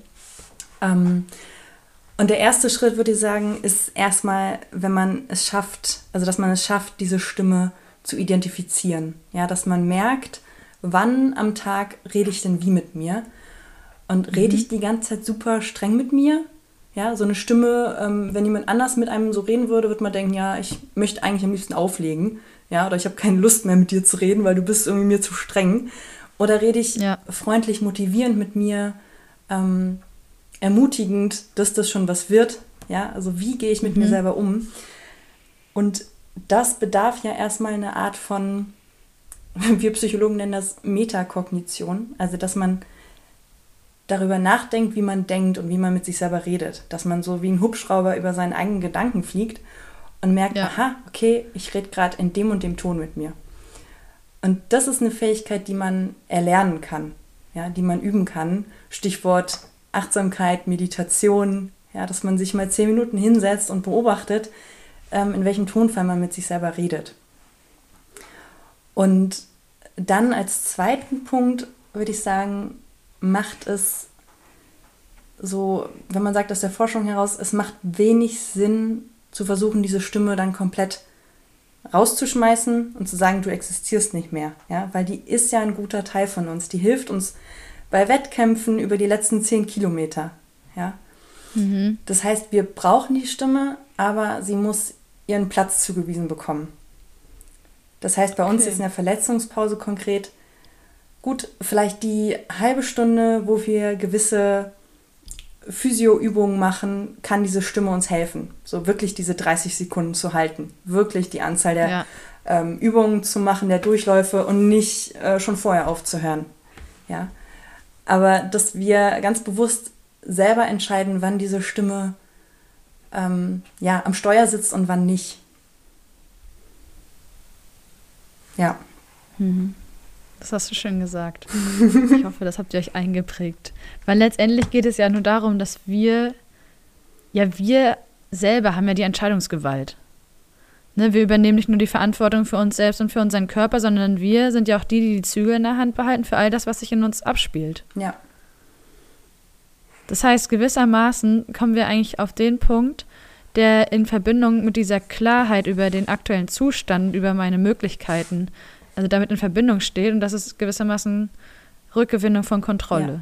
[SPEAKER 2] Und der erste Schritt, würde ich sagen, ist erstmal, wenn man es schafft, also dass man es schafft, diese Stimme zu identifizieren. Ja, dass man merkt, wann am Tag rede ich denn wie mit mir? Und rede ich die ganze Zeit super streng mit mir? Ja, so eine Stimme, wenn jemand anders mit einem so reden würde, würde man denken, ja, ich möchte eigentlich am liebsten auflegen. Ja, oder ich habe keine Lust mehr mit dir zu reden, weil du bist irgendwie mir zu streng. Oder rede ich freundlich, motivierend mit mir, ermutigend, dass das schon was wird. Ja, also wie gehe ich mit mir selber um? Und das bedarf ja erstmal einer Art von, wir Psychologen nennen das Metakognition, also dass man darüber nachdenkt, wie man denkt und wie man mit sich selber redet. Dass man so wie ein Hubschrauber über seinen eigenen Gedanken fliegt und merkt, aha, okay, ich rede gerade in dem und dem Ton mit mir. Und das ist eine Fähigkeit, die man erlernen kann, ja, die man üben kann. Stichwort Achtsamkeit, Meditation, ja, dass man sich mal 10 Minuten hinsetzt und beobachtet, in welchem Tonfall man mit sich selber redet. Und dann als zweiten Punkt würde ich sagen, macht es so, wenn man sagt aus der Forschung heraus, es macht wenig Sinn zu versuchen, diese Stimme dann komplett rauszuschmeißen und zu sagen, du existierst nicht mehr. Ja? Weil die ist ja ein guter Teil von uns. Die hilft uns bei Wettkämpfen über die letzten 10 Kilometer. Ja? Das heißt, wir brauchen die Stimme, aber sie muss ihren Platz zugewiesen bekommen. Das heißt, bei uns ist in der Verletzungspause konkret, gut, vielleicht die halbe Stunde, wo wir gewisse Physio-Übungen machen, kann diese Stimme uns helfen. So wirklich diese 30 Sekunden zu halten. Wirklich die Anzahl der Übungen zu machen, der Durchläufe und nicht schon vorher aufzuhören. Ja? Aber dass wir ganz bewusst selber entscheiden, wann diese Stimme am Steuer sitzt und wann nicht. Ja.
[SPEAKER 1] Das hast du schön gesagt. Ich hoffe, das habt ihr euch eingeprägt. Weil letztendlich geht es ja nur darum, dass wir selber haben ja die Entscheidungsgewalt. Ne, wir übernehmen nicht nur die Verantwortung für uns selbst und für unseren Körper, sondern wir sind ja auch die Zügel in der Hand behalten für all das, was sich in uns abspielt.
[SPEAKER 2] Ja.
[SPEAKER 1] Das heißt, gewissermaßen kommen wir eigentlich auf den Punkt, der in Verbindung mit dieser Klarheit über den aktuellen Zustand, über meine Möglichkeiten, also damit in Verbindung steht. Und das ist gewissermaßen Rückgewinnung von Kontrolle.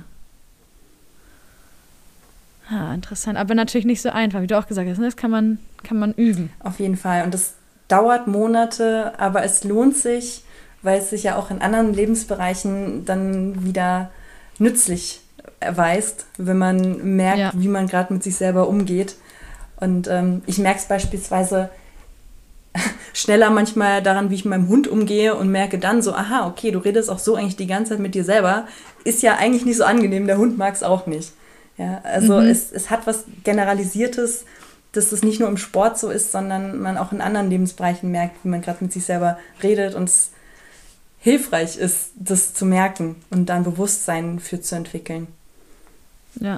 [SPEAKER 1] Ja. Interessant. Aber natürlich nicht so einfach, wie du auch gesagt hast. Ne? Das kann man üben.
[SPEAKER 2] Auf jeden Fall. Und das dauert Monate, aber es lohnt sich, weil es sich ja auch in anderen Lebensbereichen dann wieder nützlich erweist, wenn man merkt, wie man gerade mit sich selber umgeht. Und ich merke es beispielsweise schneller manchmal daran, wie ich mit meinem Hund umgehe und merke dann so, aha, okay, du redest auch so eigentlich die ganze Zeit mit dir selber. Ist ja eigentlich nicht so angenehm, der Hund mag es auch nicht. Ja, also es hat was Generalisiertes, dass es nicht nur im Sport so ist, sondern man auch in anderen Lebensbereichen merkt, wie man gerade mit sich selber redet und es hilfreich ist, das zu merken und dann Bewusstsein für zu entwickeln.
[SPEAKER 1] Ja,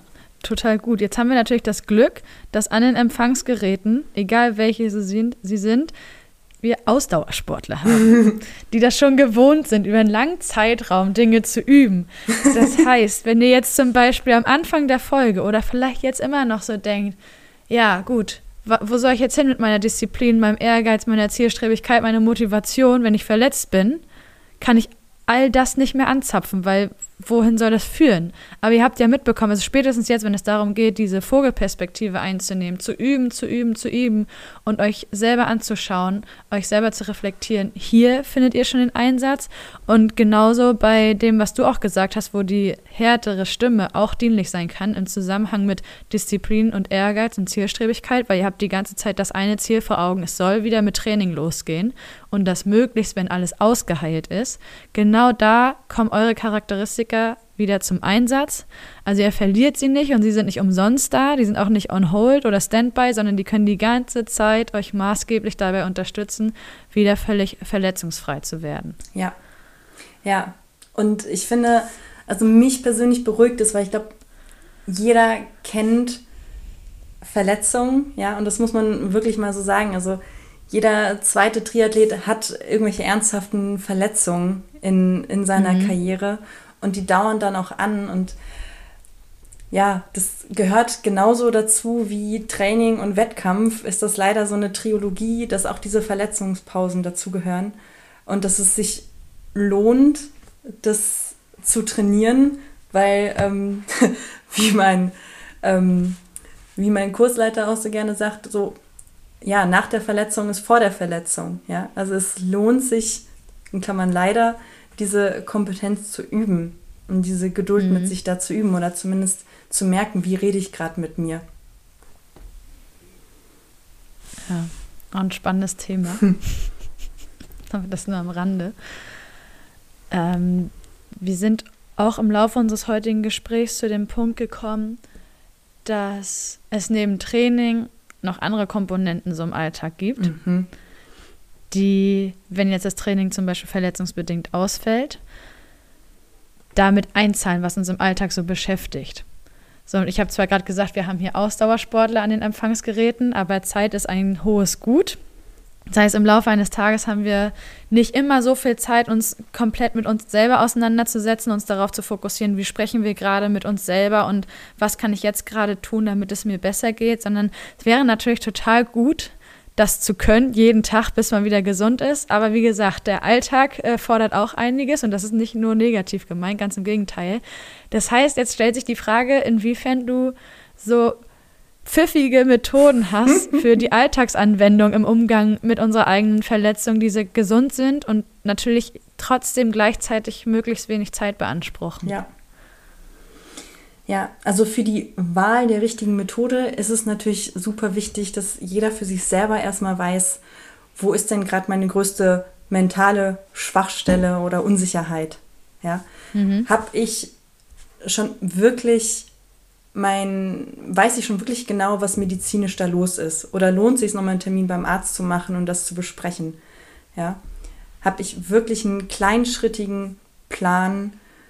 [SPEAKER 1] total gut. Jetzt haben wir natürlich das Glück, dass an den Empfangsgeräten, egal welche sie sind, wir Ausdauersportler haben, die das schon gewohnt sind, über einen langen Zeitraum Dinge zu üben. Das heißt, wenn ihr jetzt zum Beispiel am Anfang der Folge oder vielleicht jetzt immer noch so denkt, ja gut, wo soll ich jetzt hin mit meiner Disziplin, meinem Ehrgeiz, meiner Zielstrebigkeit, meiner Motivation, wenn ich verletzt bin, kann ich all das nicht mehr anzapfen, weil wohin soll das führen? Aber ihr habt ja mitbekommen, also spätestens jetzt, wenn es darum geht, diese Vogelperspektive einzunehmen, zu üben und euch selber anzuschauen, euch selber zu reflektieren, hier findet ihr schon den Einsatz. Und genauso bei dem, was du auch gesagt hast, wo die härtere Stimme auch dienlich sein kann im Zusammenhang mit Disziplin und Ehrgeiz und Zielstrebigkeit, weil ihr habt die ganze Zeit das eine Ziel vor Augen, es soll wieder mit Training losgehen und das möglichst, wenn alles ausgeheilt ist. Genau da kommen eure Charakteristika wieder zum Einsatz. Also ihr verliert sie nicht und sie sind nicht umsonst da, die sind auch nicht on hold oder Standby, sondern die können die ganze Zeit euch maßgeblich dabei unterstützen, wieder völlig verletzungsfrei zu werden.
[SPEAKER 2] Ja, ja. Und ich finde, also mich persönlich beruhigt es, weil ich glaube, jeder kennt Verletzungen, ja, und das muss man wirklich mal so sagen. Also jeder zweite Triathlet hat irgendwelche ernsthaften Verletzungen in seiner Karriere und die dauern dann auch an und ja, das gehört genauso dazu wie Training und Wettkampf, ist das leider so eine Trilogie, dass auch diese Verletzungspausen dazugehören und dass es sich lohnt, das zu trainieren, weil wie mein Kursleiter auch so gerne sagt, so ja, nach der Verletzung ist vor der Verletzung. Ja? Also es lohnt sich, in Klammern leider, diese Kompetenz zu üben und diese Geduld mit sich da zu üben oder zumindest zu merken, wie rede ich gerade mit mir.
[SPEAKER 1] Ja, auch ein spannendes Thema. Aber das nur am Rande. Wir sind auch im Laufe unseres heutigen Gesprächs zu dem Punkt gekommen, dass es neben Training noch andere Komponenten so im Alltag gibt, die, wenn jetzt das Training zum Beispiel verletzungsbedingt ausfällt, damit einzahlen, was uns im Alltag so beschäftigt. So, und ich habe zwar gerade gesagt, wir haben hier Ausdauersportler an den Empfangsgeräten, aber Zeit ist ein hohes Gut. Das heißt, im Laufe eines Tages haben wir nicht immer so viel Zeit, uns komplett mit uns selber auseinanderzusetzen, uns darauf zu fokussieren, wie sprechen wir gerade mit uns selber und was kann ich jetzt gerade tun, damit es mir besser geht, sondern es wäre natürlich total gut, das zu können, jeden Tag, bis man wieder gesund ist. Aber wie gesagt, der Alltag fordert auch einiges und das ist nicht nur negativ gemeint, ganz im Gegenteil. Das heißt, jetzt stellt sich die Frage, inwiefern du so pfiffige Methoden hast für die Alltagsanwendung im Umgang mit unserer eigenen Verletzung, die gesund sind und natürlich trotzdem gleichzeitig möglichst wenig Zeit beanspruchen.
[SPEAKER 2] Ja. Ja, also für die Wahl der richtigen Methode ist es natürlich super wichtig, dass jeder für sich selber erstmal weiß, wo ist denn gerade meine größte mentale Schwachstelle oder Unsicherheit. Ja? Habe ich schon wirklich weiß ich schon wirklich genau, was medizinisch da los ist? Oder lohnt es sich nochmal einen Termin beim Arzt zu machen und das zu besprechen? Ja? Habe ich wirklich einen kleinschrittigen Plan,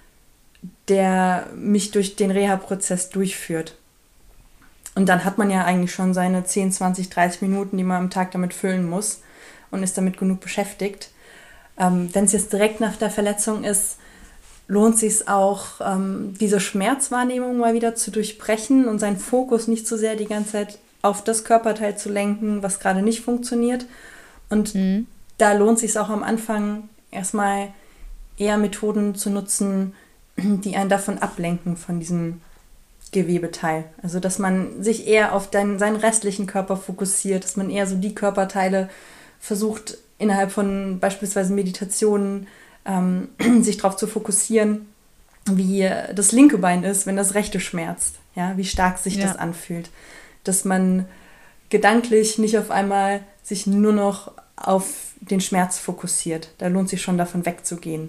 [SPEAKER 2] der mich durch den Reha-Prozess durchführt? Und dann hat man ja eigentlich schon seine 10, 20, 30 Minuten, die man am Tag damit füllen muss und ist damit genug beschäftigt. Wenn es jetzt direkt nach der Verletzung ist, lohnt es sich auch, diese Schmerzwahrnehmung mal wieder zu durchbrechen und seinen Fokus nicht so sehr die ganze Zeit auf das Körperteil zu lenken, was gerade nicht funktioniert. Und da lohnt es sich auch am Anfang erstmal eher Methoden zu nutzen, die einen davon ablenken, von diesem Gewebeteil. Also dass man sich eher auf seinen restlichen Körper fokussiert, dass man eher so die Körperteile versucht, innerhalb von beispielsweise Meditationen sich darauf zu fokussieren, wie das linke Bein ist, wenn das rechte schmerzt, ja, wie stark sich das anfühlt. Dass man gedanklich nicht auf einmal sich nur noch auf den Schmerz fokussiert. Da lohnt sich schon, davon wegzugehen.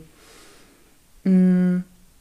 [SPEAKER 2] Wenn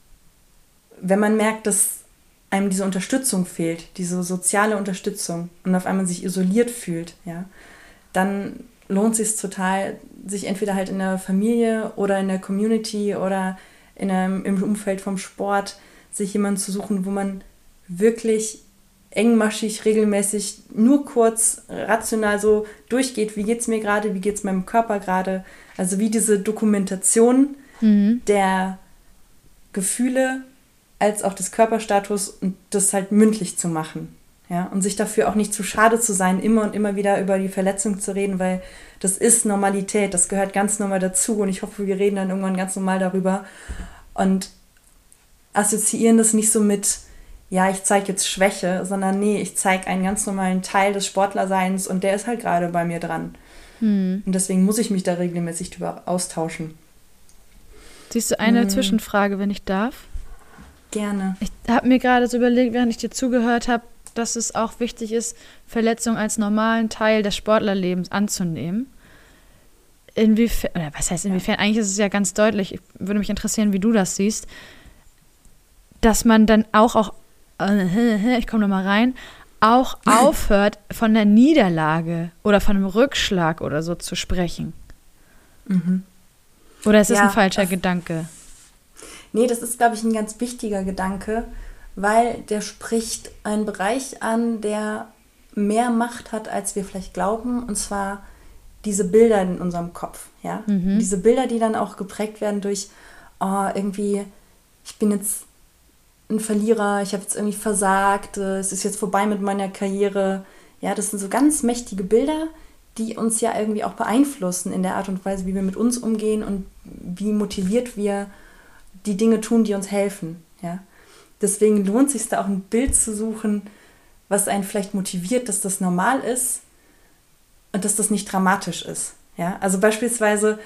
[SPEAKER 2] man merkt, dass einem diese Unterstützung fehlt, diese soziale Unterstützung und auf einmal sich isoliert fühlt, ja, dann lohnt es sich total, sich entweder halt in der Familie oder in der Community oder im Umfeld vom Sport sich jemanden zu suchen, wo man wirklich engmaschig, regelmäßig, nur kurz, rational so durchgeht, wie geht es mir gerade, wie geht es meinem Körper gerade. Also wie diese Dokumentation der Gefühle als auch des Körperstatus und das halt mündlich zu machen. Ja? Und sich dafür auch nicht zu schade zu sein, immer und immer wieder über die Verletzung zu reden, weil das ist Normalität, das gehört ganz normal dazu und ich hoffe, wir reden dann irgendwann ganz normal darüber und assoziieren das nicht so mit, ja, ich zeige jetzt Schwäche, sondern nee, ich zeige einen ganz normalen Teil des Sportlerseins und der ist halt gerade bei mir dran. Und deswegen muss ich mich da regelmäßig drüber austauschen.
[SPEAKER 1] Siehst du eine Zwischenfrage, wenn ich darf?
[SPEAKER 2] Gerne.
[SPEAKER 1] Ich habe mir gerade so überlegt, während ich dir zugehört habe, dass es auch wichtig ist, Verletzungen als normalen Teil des Sportlerlebens anzunehmen. Inwiefern, oder was heißt inwiefern? Eigentlich ist es ja ganz deutlich, würde mich interessieren, wie du das siehst, dass man dann auch ich komme nochmal rein, auch aufhört, von der Niederlage oder von einem Rückschlag oder so zu sprechen. Oder ist das ein falscher Gedanke?
[SPEAKER 2] Nee, das ist, glaube ich, ein ganz wichtiger Gedanke, weil der spricht einen Bereich an, der mehr Macht hat, als wir vielleicht glauben, und zwar diese Bilder in unserem Kopf. Ja? Diese Bilder, die dann auch geprägt werden durch, irgendwie, ich bin jetzt ein Verlierer, ich habe jetzt irgendwie versagt, es ist jetzt vorbei mit meiner Karriere. Ja, das sind so ganz mächtige Bilder, die uns ja irgendwie auch beeinflussen in der Art und Weise, wie wir mit uns umgehen und wie motiviert wir die Dinge tun, die uns helfen. Ja? Deswegen lohnt es sich da auch ein Bild zu suchen, was einen vielleicht motiviert, dass das normal ist und dass das nicht dramatisch ist. Ja? Also beispielsweise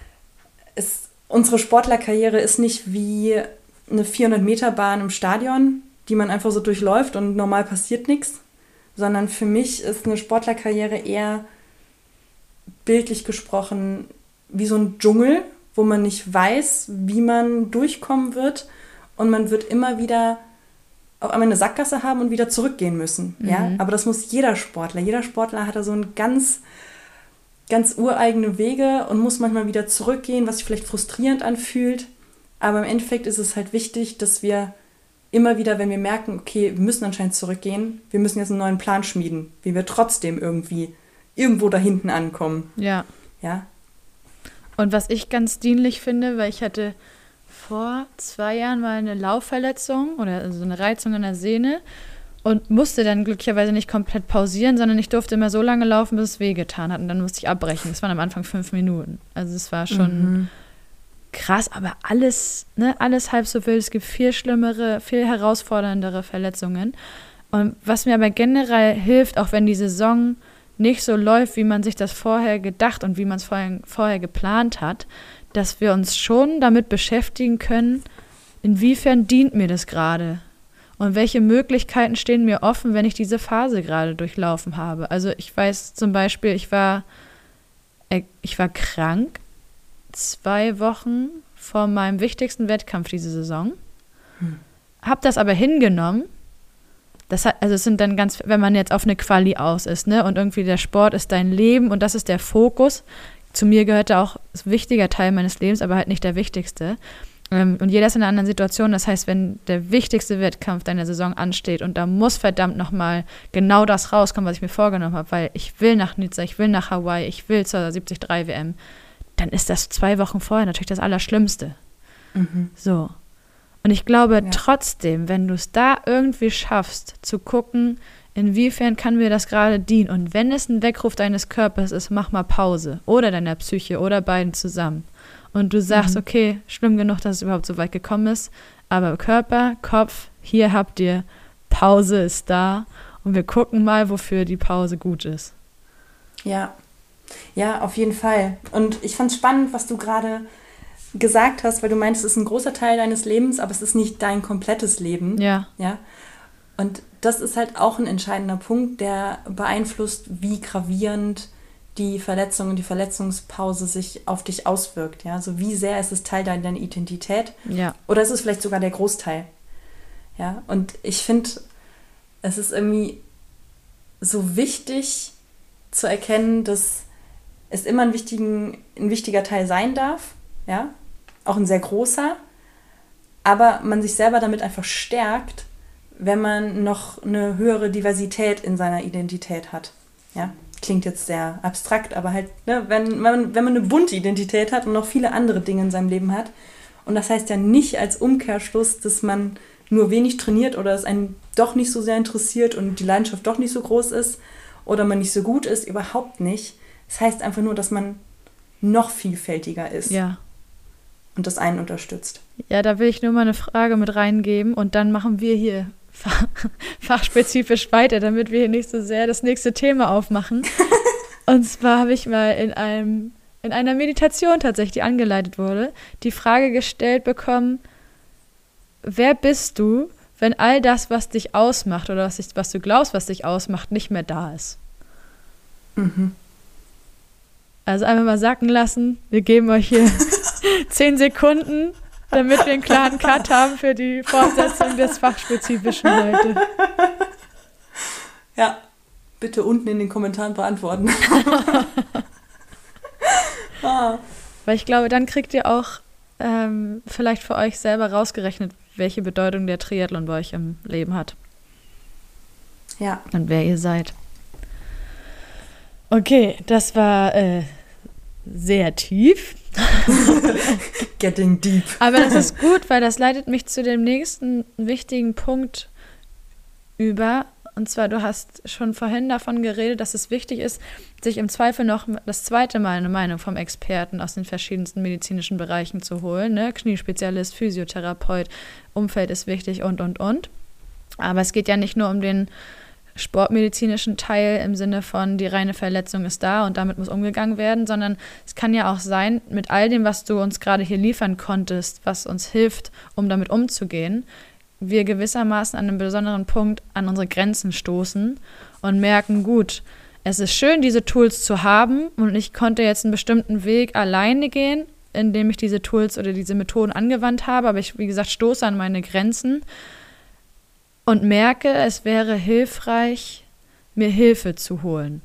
[SPEAKER 2] unsere Sportlerkarriere ist nicht wie eine 400-Meter-Bahn im Stadion, die man einfach so durchläuft und normal passiert nichts, sondern für mich ist eine Sportlerkarriere eher bildlich gesprochen wie so ein Dschungel, wo man nicht weiß, wie man durchkommen wird und man wird immer wieder auf einmal eine Sackgasse haben und wieder zurückgehen müssen. Ja? Aber das muss jeder Sportler. Jeder Sportler hat da so ein ganz ureigene Wege und muss manchmal wieder zurückgehen, was sich vielleicht frustrierend anfühlt. Aber im Endeffekt ist es halt wichtig, dass wir immer wieder, wenn wir merken, okay, wir müssen anscheinend zurückgehen, wir müssen jetzt einen neuen Plan schmieden, wie wir trotzdem irgendwo da hinten ankommen.
[SPEAKER 1] Ja.
[SPEAKER 2] Ja.
[SPEAKER 1] Und was ich ganz dienlich finde, weil ich hatte vor 2 Jahren mal eine Laufverletzung oder so eine Reizung in der Sehne und musste dann glücklicherweise nicht komplett pausieren, sondern ich durfte immer so lange laufen, bis es wehgetan hat und dann musste ich abbrechen. Das waren am Anfang 5 Minuten. Also es war schon krass, aber alles halb so wild. Es gibt viel schlimmere, viel herausforderndere Verletzungen. Und was mir aber generell hilft, auch wenn die Saison nicht so läuft, wie man sich das vorher gedacht und wie man es vorher geplant hat, dass wir uns schon damit beschäftigen können, inwiefern dient mir das gerade und welche Möglichkeiten stehen mir offen, wenn ich diese Phase gerade durchlaufen habe. Also ich weiß zum Beispiel, ich war krank 2 Wochen vor meinem wichtigsten Wettkampf diese Saison, habe das aber hingenommen. Es sind dann wenn man jetzt auf eine Quali aus ist, ne, und irgendwie der Sport ist dein Leben und das ist der Fokus. Zu mir gehört da auch ein wichtiger Teil meines Lebens, aber halt nicht der wichtigste. Und jeder ist in einer anderen Situation. Das heißt, wenn der wichtigste Wettkampf deiner Saison ansteht und da muss verdammt nochmal genau das rauskommen, was ich mir vorgenommen habe, weil ich will nach Nizza, ich will nach Hawaii, ich will zur 73 WM, dann ist das 2 Wochen vorher natürlich das Allerschlimmste. So. Und ich glaube trotzdem, wenn du es da irgendwie schaffst, zu gucken, inwiefern kann mir das gerade dienen und wenn es ein Weckruf deines Körpers ist, mach mal Pause oder deiner Psyche oder beiden zusammen und du sagst, okay, schlimm genug, dass es überhaupt so weit gekommen ist, aber Körper, Kopf, hier habt ihr, Pause ist da und wir gucken mal, wofür die Pause gut ist.
[SPEAKER 2] Ja, auf jeden Fall. Und ich fand es spannend, was du gerade gesagt hast, weil du meinst, es ist ein großer Teil deines Lebens, aber es ist nicht dein komplettes Leben.
[SPEAKER 1] Ja.
[SPEAKER 2] Und das ist halt auch ein entscheidender Punkt, der beeinflusst, wie gravierend die Verletzung und die Verletzungspause sich auf dich auswirkt. Ja? Also wie sehr ist es Teil deiner Identität?
[SPEAKER 1] Ja.
[SPEAKER 2] Oder ist es vielleicht sogar der Großteil? Ja? Und ich finde, es ist irgendwie so wichtig zu erkennen, dass es immer ein wichtiger Teil sein darf, ja, auch ein sehr großer, aber man sich selber damit einfach stärkt, wenn man noch eine höhere Diversität in seiner Identität hat. Ja, klingt jetzt sehr abstrakt, aber halt, ne, wenn man eine bunte Identität hat und noch viele andere Dinge in seinem Leben hat. Und das heißt ja nicht als Umkehrschluss, dass man nur wenig trainiert oder es einen doch nicht so sehr interessiert und die Leidenschaft doch nicht so groß ist oder man nicht so gut ist, überhaupt nicht. Das heißt einfach nur, dass man noch vielfältiger ist.
[SPEAKER 1] Ja.
[SPEAKER 2] Und das einen unterstützt.
[SPEAKER 1] Ja, da will ich nur mal eine Frage mit reingeben und dann machen wir hier fachspezifisch weiter, damit wir hier nicht so sehr das nächste Thema aufmachen. Und zwar habe ich mal in einer Meditation tatsächlich, die angeleitet wurde, die Frage gestellt bekommen, wer bist du, wenn all das, was dich ausmacht oder was du glaubst, was dich ausmacht, nicht mehr da ist?
[SPEAKER 2] Mhm.
[SPEAKER 1] Also einfach mal sacken lassen. Wir geben euch hier 10 Sekunden, damit wir einen klaren Cut haben für die Fortsetzung des Fachspezifischen heute.
[SPEAKER 2] Ja, bitte unten in den Kommentaren beantworten.
[SPEAKER 1] Weil ich glaube, dann kriegt ihr auch vielleicht für euch selber rausgerechnet, welche Bedeutung der Triathlon bei euch im Leben hat.
[SPEAKER 2] Ja.
[SPEAKER 1] Und wer ihr seid. Okay, das war sehr tief.
[SPEAKER 2] Getting deep.
[SPEAKER 1] Aber das ist gut, weil das leitet mich zu dem nächsten wichtigen Punkt über. Und zwar, du hast schon vorhin davon geredet, dass es wichtig ist, sich im Zweifel noch das zweite Mal eine Meinung vom Experten aus den verschiedensten medizinischen Bereichen zu holen. Ne? Kniespezialist, Physiotherapeut, Umfeld ist wichtig und. Aber es geht ja nicht nur um den sportmedizinischen Teil im Sinne von, die reine Verletzung ist da und damit muss umgegangen werden, sondern es kann ja auch sein, mit all dem, was du uns gerade hier liefern konntest, was uns hilft, um damit umzugehen, wir gewissermaßen an einem besonderen Punkt an unsere Grenzen stoßen und merken, gut, es ist schön, diese Tools zu haben und ich konnte jetzt einen bestimmten Weg alleine gehen, indem ich diese Tools oder diese Methoden angewandt habe, aber ich, wie gesagt, stoße an meine Grenzen und merke, es wäre hilfreich, mir Hilfe zu holen.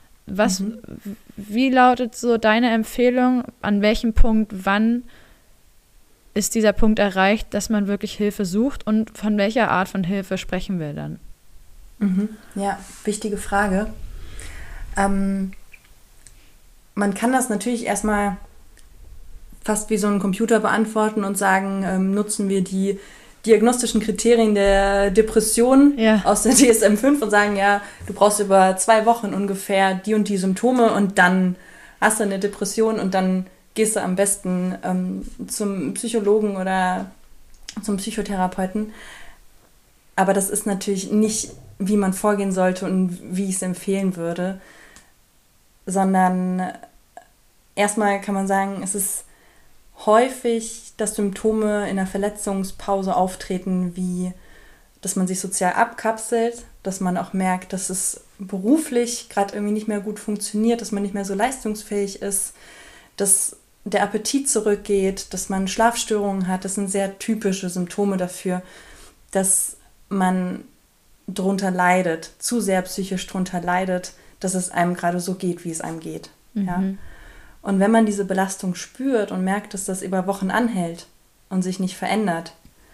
[SPEAKER 1] Wie lautet so deine Empfehlung, an welchem Punkt, wann ist dieser Punkt erreicht, dass man wirklich Hilfe sucht und von welcher Art von Hilfe sprechen wir dann?
[SPEAKER 2] Ja, wichtige Frage. Man kann das natürlich erstmal fast wie so ein Computer beantworten und sagen, nutzen wir die diagnostischen Kriterien der Depression aus der DSM-5 und sagen, ja, du brauchst über 2 Wochen ungefähr die und die Symptome und dann hast du eine Depression und dann gehst du am besten zum Psychologen oder zum Psychotherapeuten. Aber das ist natürlich nicht, wie man vorgehen sollte und wie ich es empfehlen würde, sondern erstmal kann man sagen, es ist häufig, dass Symptome in der Verletzungspause auftreten, wie dass man sich sozial abkapselt, dass man auch merkt, dass es beruflich gerade irgendwie nicht mehr gut funktioniert, dass man nicht mehr so leistungsfähig ist, dass der Appetit zurückgeht, dass man Schlafstörungen hat. Das sind sehr typische Symptome dafür, dass man drunter leidet, zu sehr psychisch drunter leidet, dass es einem gerade so geht, wie es einem geht. Ja? Und wenn man diese Belastung spürt und merkt, dass das über Wochen anhält und sich nicht verändert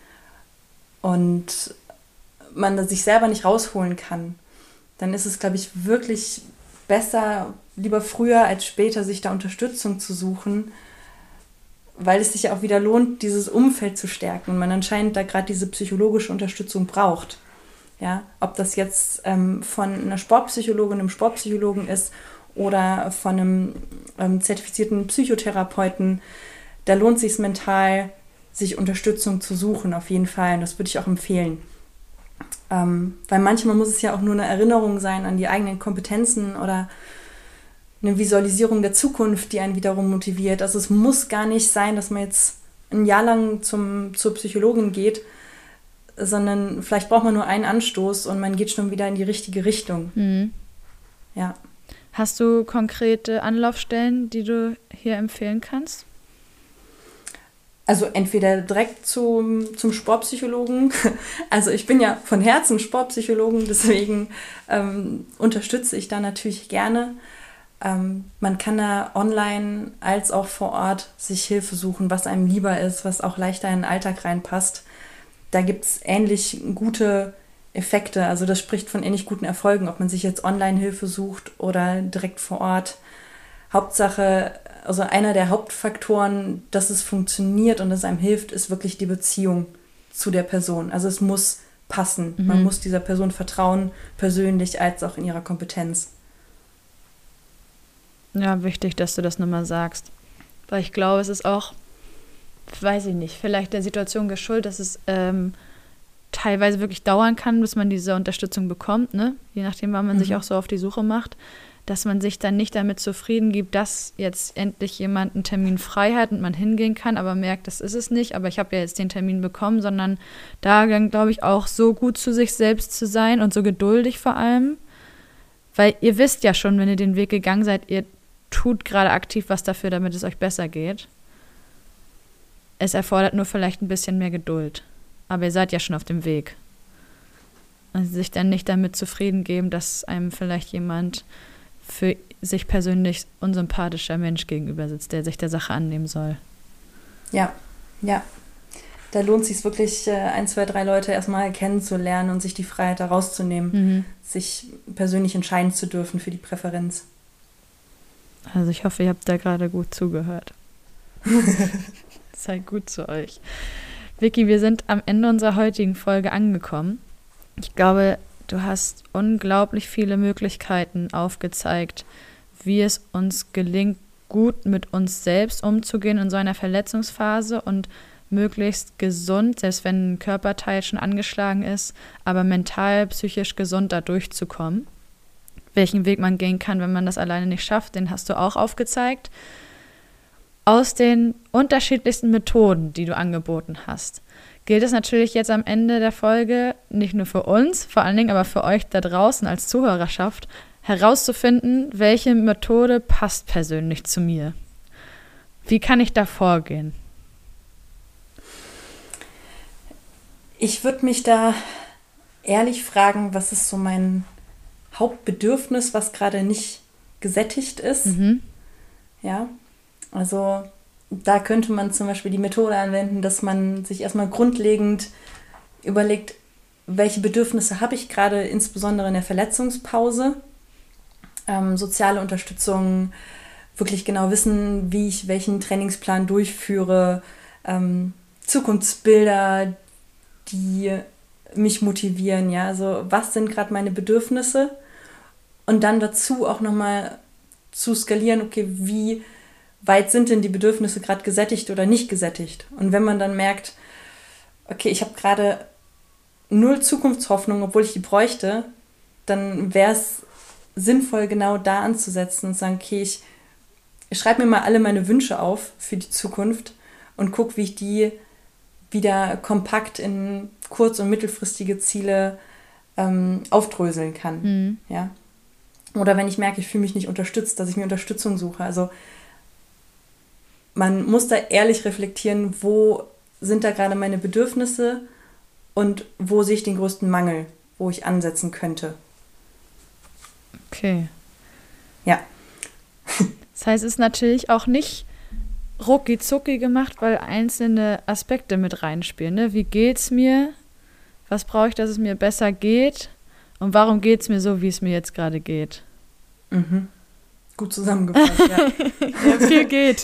[SPEAKER 2] und man das sich selber nicht rausholen kann, dann ist es, glaube ich, wirklich besser, lieber früher als später, sich da Unterstützung zu suchen, weil es sich ja auch wieder lohnt, dieses Umfeld zu stärken und man anscheinend da gerade diese psychologische Unterstützung braucht. Ja? Ob das jetzt von einer Sportpsychologin, einem Sportpsychologen ist oder von einem zertifizierten Psychotherapeuten, da lohnt es sich mental, sich Unterstützung zu suchen, auf jeden Fall. Und das würde ich auch empfehlen. Weil manchmal muss es ja auch nur eine Erinnerung sein an die eigenen Kompetenzen oder eine Visualisierung der Zukunft, die einen wiederum motiviert. Also es muss gar nicht sein, dass man jetzt ein Jahr lang zur Psychologin geht, sondern vielleicht braucht man nur einen Anstoß und man geht schon wieder in die richtige Richtung. Ja.
[SPEAKER 1] Hast du konkrete Anlaufstellen, die du hier empfehlen kannst?
[SPEAKER 2] Also entweder direkt zum Sportpsychologen. Also ich bin ja von Herzen Sportpsychologen, deswegen unterstütze ich da natürlich gerne. Man kann da online als auch vor Ort sich Hilfe suchen, was einem lieber ist, was auch leichter in den Alltag reinpasst. Da gibt es ähnlich gute Effekte. Also das spricht von ähnlich guten Erfolgen, ob man sich jetzt Online-Hilfe sucht oder direkt vor Ort. Hauptsache, also einer der Hauptfaktoren, dass es funktioniert und dass es einem hilft, ist wirklich die Beziehung zu der Person. Also es muss passen. Man muss dieser Person vertrauen, persönlich als auch in ihrer Kompetenz.
[SPEAKER 1] Ja, wichtig, dass du das nochmal sagst. Weil ich glaube, es ist auch, weiß ich nicht, vielleicht der Situation geschuldet, dass es teilweise wirklich dauern kann, bis man diese Unterstützung bekommt, ne? Je nachdem, wann man sich auch so auf die Suche macht, dass man sich dann nicht damit zufrieden gibt, dass jetzt endlich jemand einen Termin frei hat und man hingehen kann, aber merkt, das ist es nicht, aber ich habe ja jetzt den Termin bekommen, sondern da dann, glaube ich, auch so gut zu sich selbst zu sein und so geduldig vor allem, weil ihr wisst ja schon, wenn ihr den Weg gegangen seid, ihr tut gerade aktiv was dafür, damit es euch besser geht. Es erfordert nur vielleicht ein bisschen mehr Geduld. Aber ihr seid ja schon auf dem Weg. Also sich dann nicht damit zufrieden geben, dass einem vielleicht jemand für sich persönlich unsympathischer Mensch gegenüber sitzt, der sich der Sache annehmen soll.
[SPEAKER 2] Ja, ja. Da lohnt es sich wirklich, 1, 2, 3 Leute erstmal kennenzulernen und sich die Freiheit da rauszunehmen, sich persönlich entscheiden zu dürfen für die Präferenz.
[SPEAKER 1] Also ich hoffe, ihr habt da gerade gut zugehört. Seid gut zu euch. Vicky, wir sind am Ende unserer heutigen Folge angekommen. Ich glaube, du hast unglaublich viele Möglichkeiten aufgezeigt, wie es uns gelingt, gut mit uns selbst umzugehen in so einer Verletzungsphase und möglichst gesund, selbst wenn ein Körperteil schon angeschlagen ist, aber mental, psychisch gesund da durchzukommen. Welchen Weg man gehen kann, wenn man das alleine nicht schafft, den hast du auch aufgezeigt. Aus den unterschiedlichsten Methoden, die du angeboten hast, gilt es natürlich jetzt am Ende der Folge, nicht nur für uns, vor allen Dingen aber für euch da draußen als Zuhörerschaft, herauszufinden, welche Methode passt persönlich zu mir. Wie kann ich da vorgehen?
[SPEAKER 2] Ich würde mich da ehrlich fragen, was ist so mein Hauptbedürfnis, was gerade nicht gesättigt ist. Ja, also da könnte man zum Beispiel die Methode anwenden, dass man sich erstmal grundlegend überlegt, welche Bedürfnisse habe ich gerade, insbesondere in der Verletzungspause. Soziale Unterstützung, wirklich genau wissen, wie ich welchen Trainingsplan durchführe, Zukunftsbilder, die mich motivieren, ja, also was sind gerade meine Bedürfnisse und dann dazu auch nochmal zu skalieren, okay, wie weit sind denn die Bedürfnisse gerade gesättigt oder nicht gesättigt? Und wenn man dann merkt, okay, ich habe gerade 0 Zukunftshoffnung, obwohl ich die bräuchte, dann wäre es sinnvoll, genau da anzusetzen und zu sagen, okay, ich schreibe mir mal alle meine Wünsche auf für die Zukunft und gucke, wie ich die wieder kompakt in kurz- und mittelfristige Ziele aufdröseln kann. Ja? Oder wenn ich merke, ich fühle mich nicht unterstützt, dass ich mir Unterstützung suche. Also man muss da ehrlich reflektieren, wo sind da gerade meine Bedürfnisse und wo sehe ich den größten Mangel, wo ich ansetzen könnte.
[SPEAKER 1] Okay.
[SPEAKER 2] Ja.
[SPEAKER 1] Das heißt, es ist natürlich auch nicht rucki-zucki gemacht, weil einzelne Aspekte mit reinspielen. Ne? Wie geht's mir? Was brauche ich, dass es mir besser geht? Und warum geht es mir so, wie es mir jetzt gerade geht?
[SPEAKER 2] Gut zusammengefasst, ja.
[SPEAKER 1] Ja, viel geht.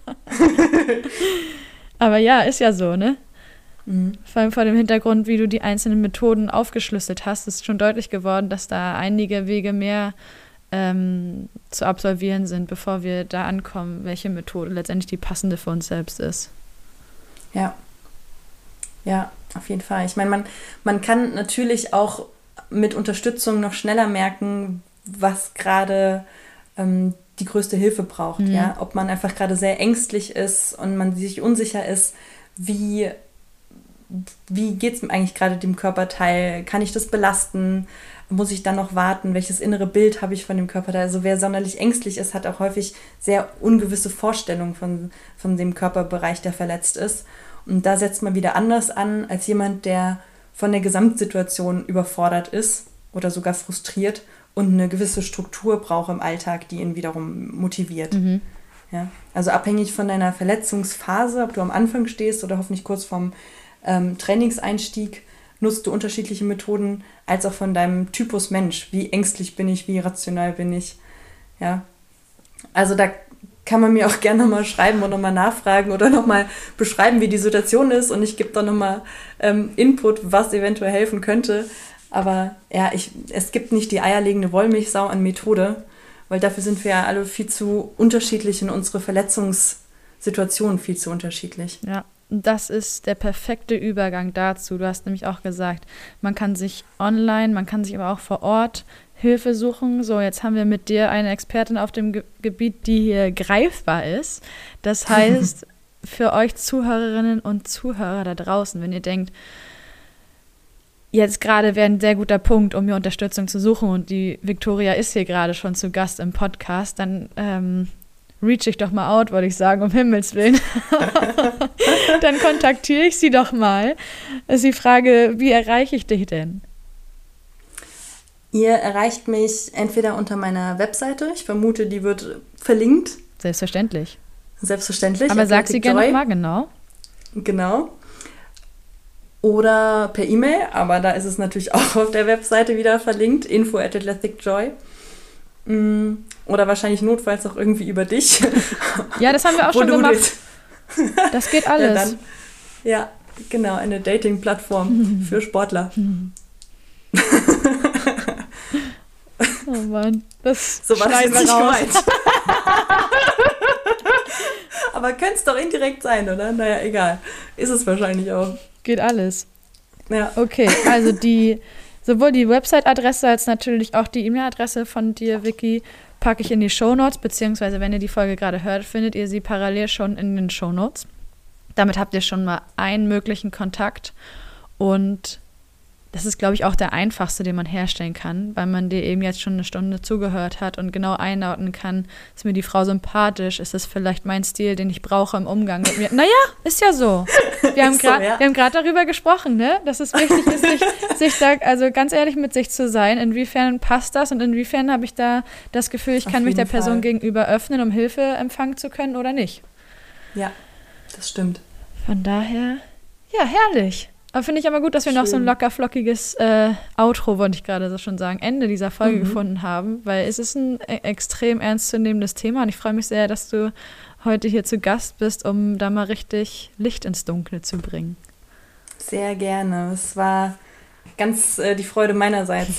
[SPEAKER 1] Aber ja, ist ja so, ne? Vor allem vor dem Hintergrund, wie du die einzelnen Methoden aufgeschlüsselt hast, ist schon deutlich geworden, dass da einige Wege mehr zu absolvieren sind, bevor wir da ankommen, welche Methode letztendlich die passende für uns selbst ist.
[SPEAKER 2] Ja. Ja, auf jeden Fall. Ich meine, man kann natürlich auch mit Unterstützung noch schneller merken, was gerade die größte Hilfe braucht. Ja? Ob man einfach gerade sehr ängstlich ist und man sich unsicher ist, wie geht es eigentlich gerade dem Körperteil? Kann ich das belasten? Muss ich dann noch warten? Welches innere Bild habe ich von dem Körperteil? Also wer sonderlich ängstlich ist, hat auch häufig sehr ungewisse Vorstellungen von dem Körperbereich, der verletzt ist. Und da setzt man wieder anders an, als jemand, der von der Gesamtsituation überfordert ist oder sogar frustriert und eine gewisse Struktur braucht im Alltag, die ihn wiederum motiviert. Ja? Also abhängig von deiner Verletzungsphase, ob du am Anfang stehst oder hoffentlich kurz vorm Trainingseinstieg, nutzt du unterschiedliche Methoden, als auch von deinem Typus Mensch. Wie ängstlich bin ich, wie rational bin ich. Ja. Also da kann man mir auch gerne nochmal schreiben und nochmal nachfragen oder nochmal beschreiben, wie die Situation ist. Und ich gebe dann nochmal Input, was eventuell helfen könnte. Aber ja, es gibt nicht die eierlegende Wollmilchsau an Methode, weil dafür sind wir ja alle viel zu unterschiedlich und unsere Verletzungssituationen viel zu unterschiedlich.
[SPEAKER 1] Ja, das ist der perfekte Übergang dazu. Du hast nämlich auch gesagt, man kann sich online, man kann sich aber auch vor Ort Hilfe suchen. So, jetzt haben wir mit dir eine Expertin auf dem Gebiet, die hier greifbar ist. Das heißt, für euch Zuhörerinnen und Zuhörer da draußen, wenn ihr denkt, jetzt gerade wäre ein sehr guter Punkt, um mir Unterstützung zu suchen und die Viktoria ist hier gerade schon zu Gast im Podcast, dann reach ich doch mal out, würde ich sagen, um Himmels Willen. Dann kontaktiere ich sie doch mal. Ist die Frage, wie erreiche ich dich denn?
[SPEAKER 2] Ihr erreicht mich entweder unter meiner Webseite, ich vermute, die wird verlinkt.
[SPEAKER 1] Selbstverständlich.
[SPEAKER 2] Selbstverständlich.
[SPEAKER 1] Aber sag sie gerne nochmal, genau.
[SPEAKER 2] Genau. Oder per E-Mail, aber da ist es natürlich auch auf der Webseite wieder verlinkt, info@athleticjoy. Oder wahrscheinlich notfalls auch irgendwie über dich.
[SPEAKER 1] Ja, das haben wir auch schon gemacht. Das geht alles.
[SPEAKER 2] Ja, genau, eine Dating-Plattform für Sportler.
[SPEAKER 1] Oh Mann,
[SPEAKER 2] so war das jetzt nicht gemeint. Aber könnte es doch indirekt sein, oder? Naja, egal. Ist es wahrscheinlich auch.
[SPEAKER 1] Geht alles.
[SPEAKER 2] Ja.
[SPEAKER 1] Okay, also sowohl die Website-Adresse als natürlich auch die E-Mail-Adresse von dir, Vicky, packe ich in die Shownotes, beziehungsweise wenn ihr die Folge gerade hört, findet ihr sie parallel schon in den Shownotes. Damit habt ihr schon mal einen möglichen Kontakt und das ist, glaube ich, auch der einfachste, den man herstellen kann, weil man dir eben jetzt schon eine Stunde zugehört hat und genau einordnen kann, ist mir die Frau sympathisch, ist das vielleicht mein Stil, den ich brauche im Umgang mit mir. Naja, ist ja so. Wir haben gerade darüber gesprochen, ne? Dass es wichtig ist, sich da, also ganz ehrlich mit sich zu sein. Inwiefern passt das und inwiefern habe ich da das Gefühl, ich kann mich der Person gegenüber öffnen, um Hilfe empfangen zu können oder nicht.
[SPEAKER 2] Ja, das stimmt.
[SPEAKER 1] Von daher, ja, herrlich. Aber finde ich aber gut, dass wir noch so ein locker-flockiges Outro, wollte ich gerade so schon sagen, Ende dieser Folge gefunden haben, weil es ist ein extrem ernstzunehmendes Thema und ich freue mich sehr, dass du heute hier zu Gast bist, um da mal richtig Licht ins Dunkle zu bringen.
[SPEAKER 2] Sehr gerne. Es war ganz die Freude meinerseits.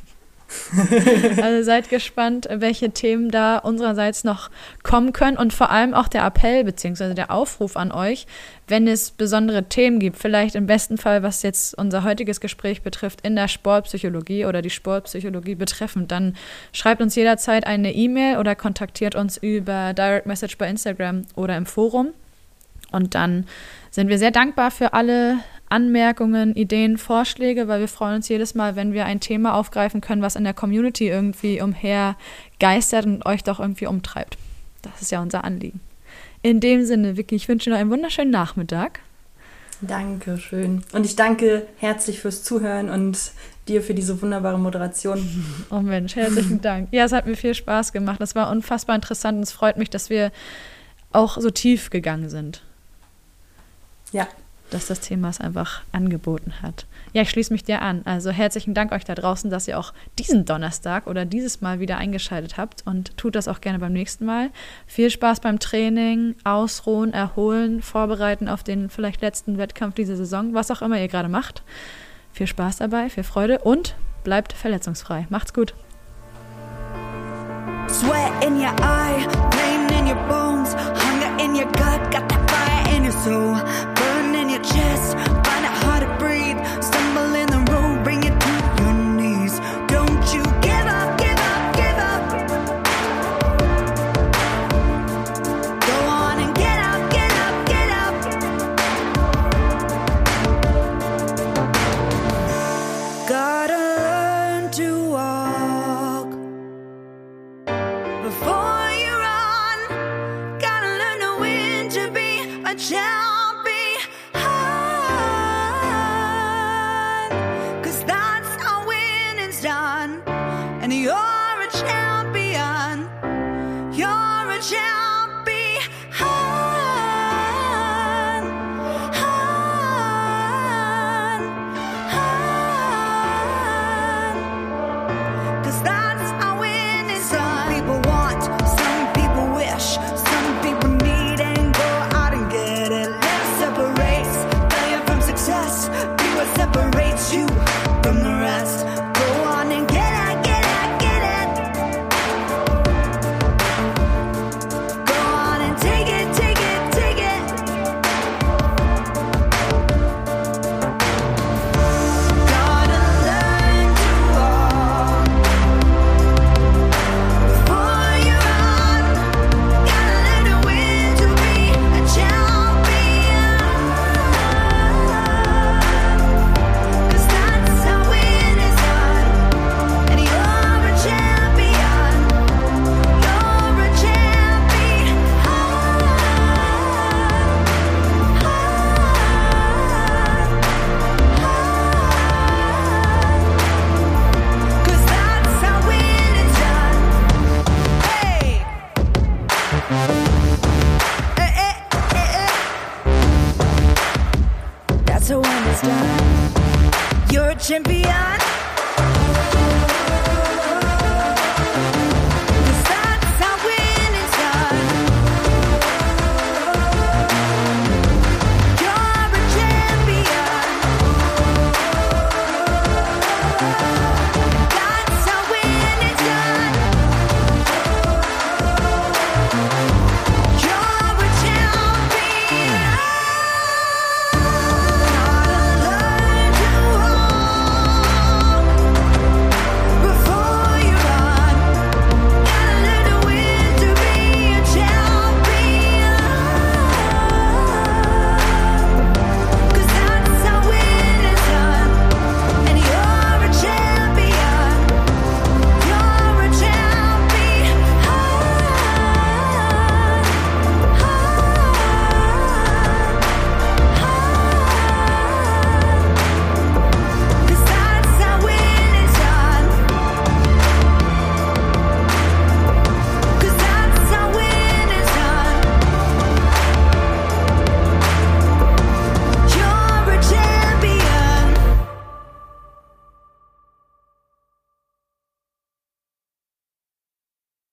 [SPEAKER 1] Also seid gespannt, welche Themen da unsererseits noch kommen können und vor allem auch der Appell bzw. der Aufruf an euch, wenn es besondere Themen gibt, vielleicht im besten Fall, was jetzt unser heutiges Gespräch betrifft, in der Sportpsychologie oder die Sportpsychologie betreffend, dann schreibt uns jederzeit eine E-Mail oder kontaktiert uns über Direct Message bei Instagram oder im Forum und dann sind wir sehr dankbar für alle Anmerkungen, Ideen, Vorschläge, weil wir freuen uns jedes Mal, wenn wir ein Thema aufgreifen können, was in der Community irgendwie umhergeistert und euch doch irgendwie umtreibt. Das ist ja unser Anliegen. In dem Sinne, Vicky, ich wünsche dir noch einen wunderschönen Nachmittag.
[SPEAKER 2] Dankeschön. Und ich danke herzlich fürs Zuhören und dir für diese wunderbare Moderation.
[SPEAKER 1] Oh Mensch, herzlichen Dank. Ja, es hat mir viel Spaß gemacht. Das war unfassbar interessant und es freut mich, dass wir auch so tief gegangen sind.
[SPEAKER 2] Ja.
[SPEAKER 1] Dass das Thema es einfach angeboten hat. Ja, ich schließe mich dir an. Also herzlichen Dank euch da draußen, dass ihr auch diesen Donnerstag oder dieses Mal wieder eingeschaltet habt und tut das auch gerne beim nächsten Mal. Viel Spaß beim Training, ausruhen, erholen, vorbereiten auf den vielleicht letzten Wettkampf dieser Saison, was auch immer ihr gerade macht. Viel Spaß dabei, viel Freude und bleibt verletzungsfrei. Macht's gut. Sweat in your eye, pain in your bones, hunger in your gut, got that fire in your soul. Chest, find it hard to breathe, stumble in the road, bring it to your knees. Don't you give up, give up, give up. Go on and get up, get up, get up. Gotta learn to walk before you run. Gotta learn to win to be a champion. You're a champion. You're a champion.
[SPEAKER 3] So when it's done, you're a champion.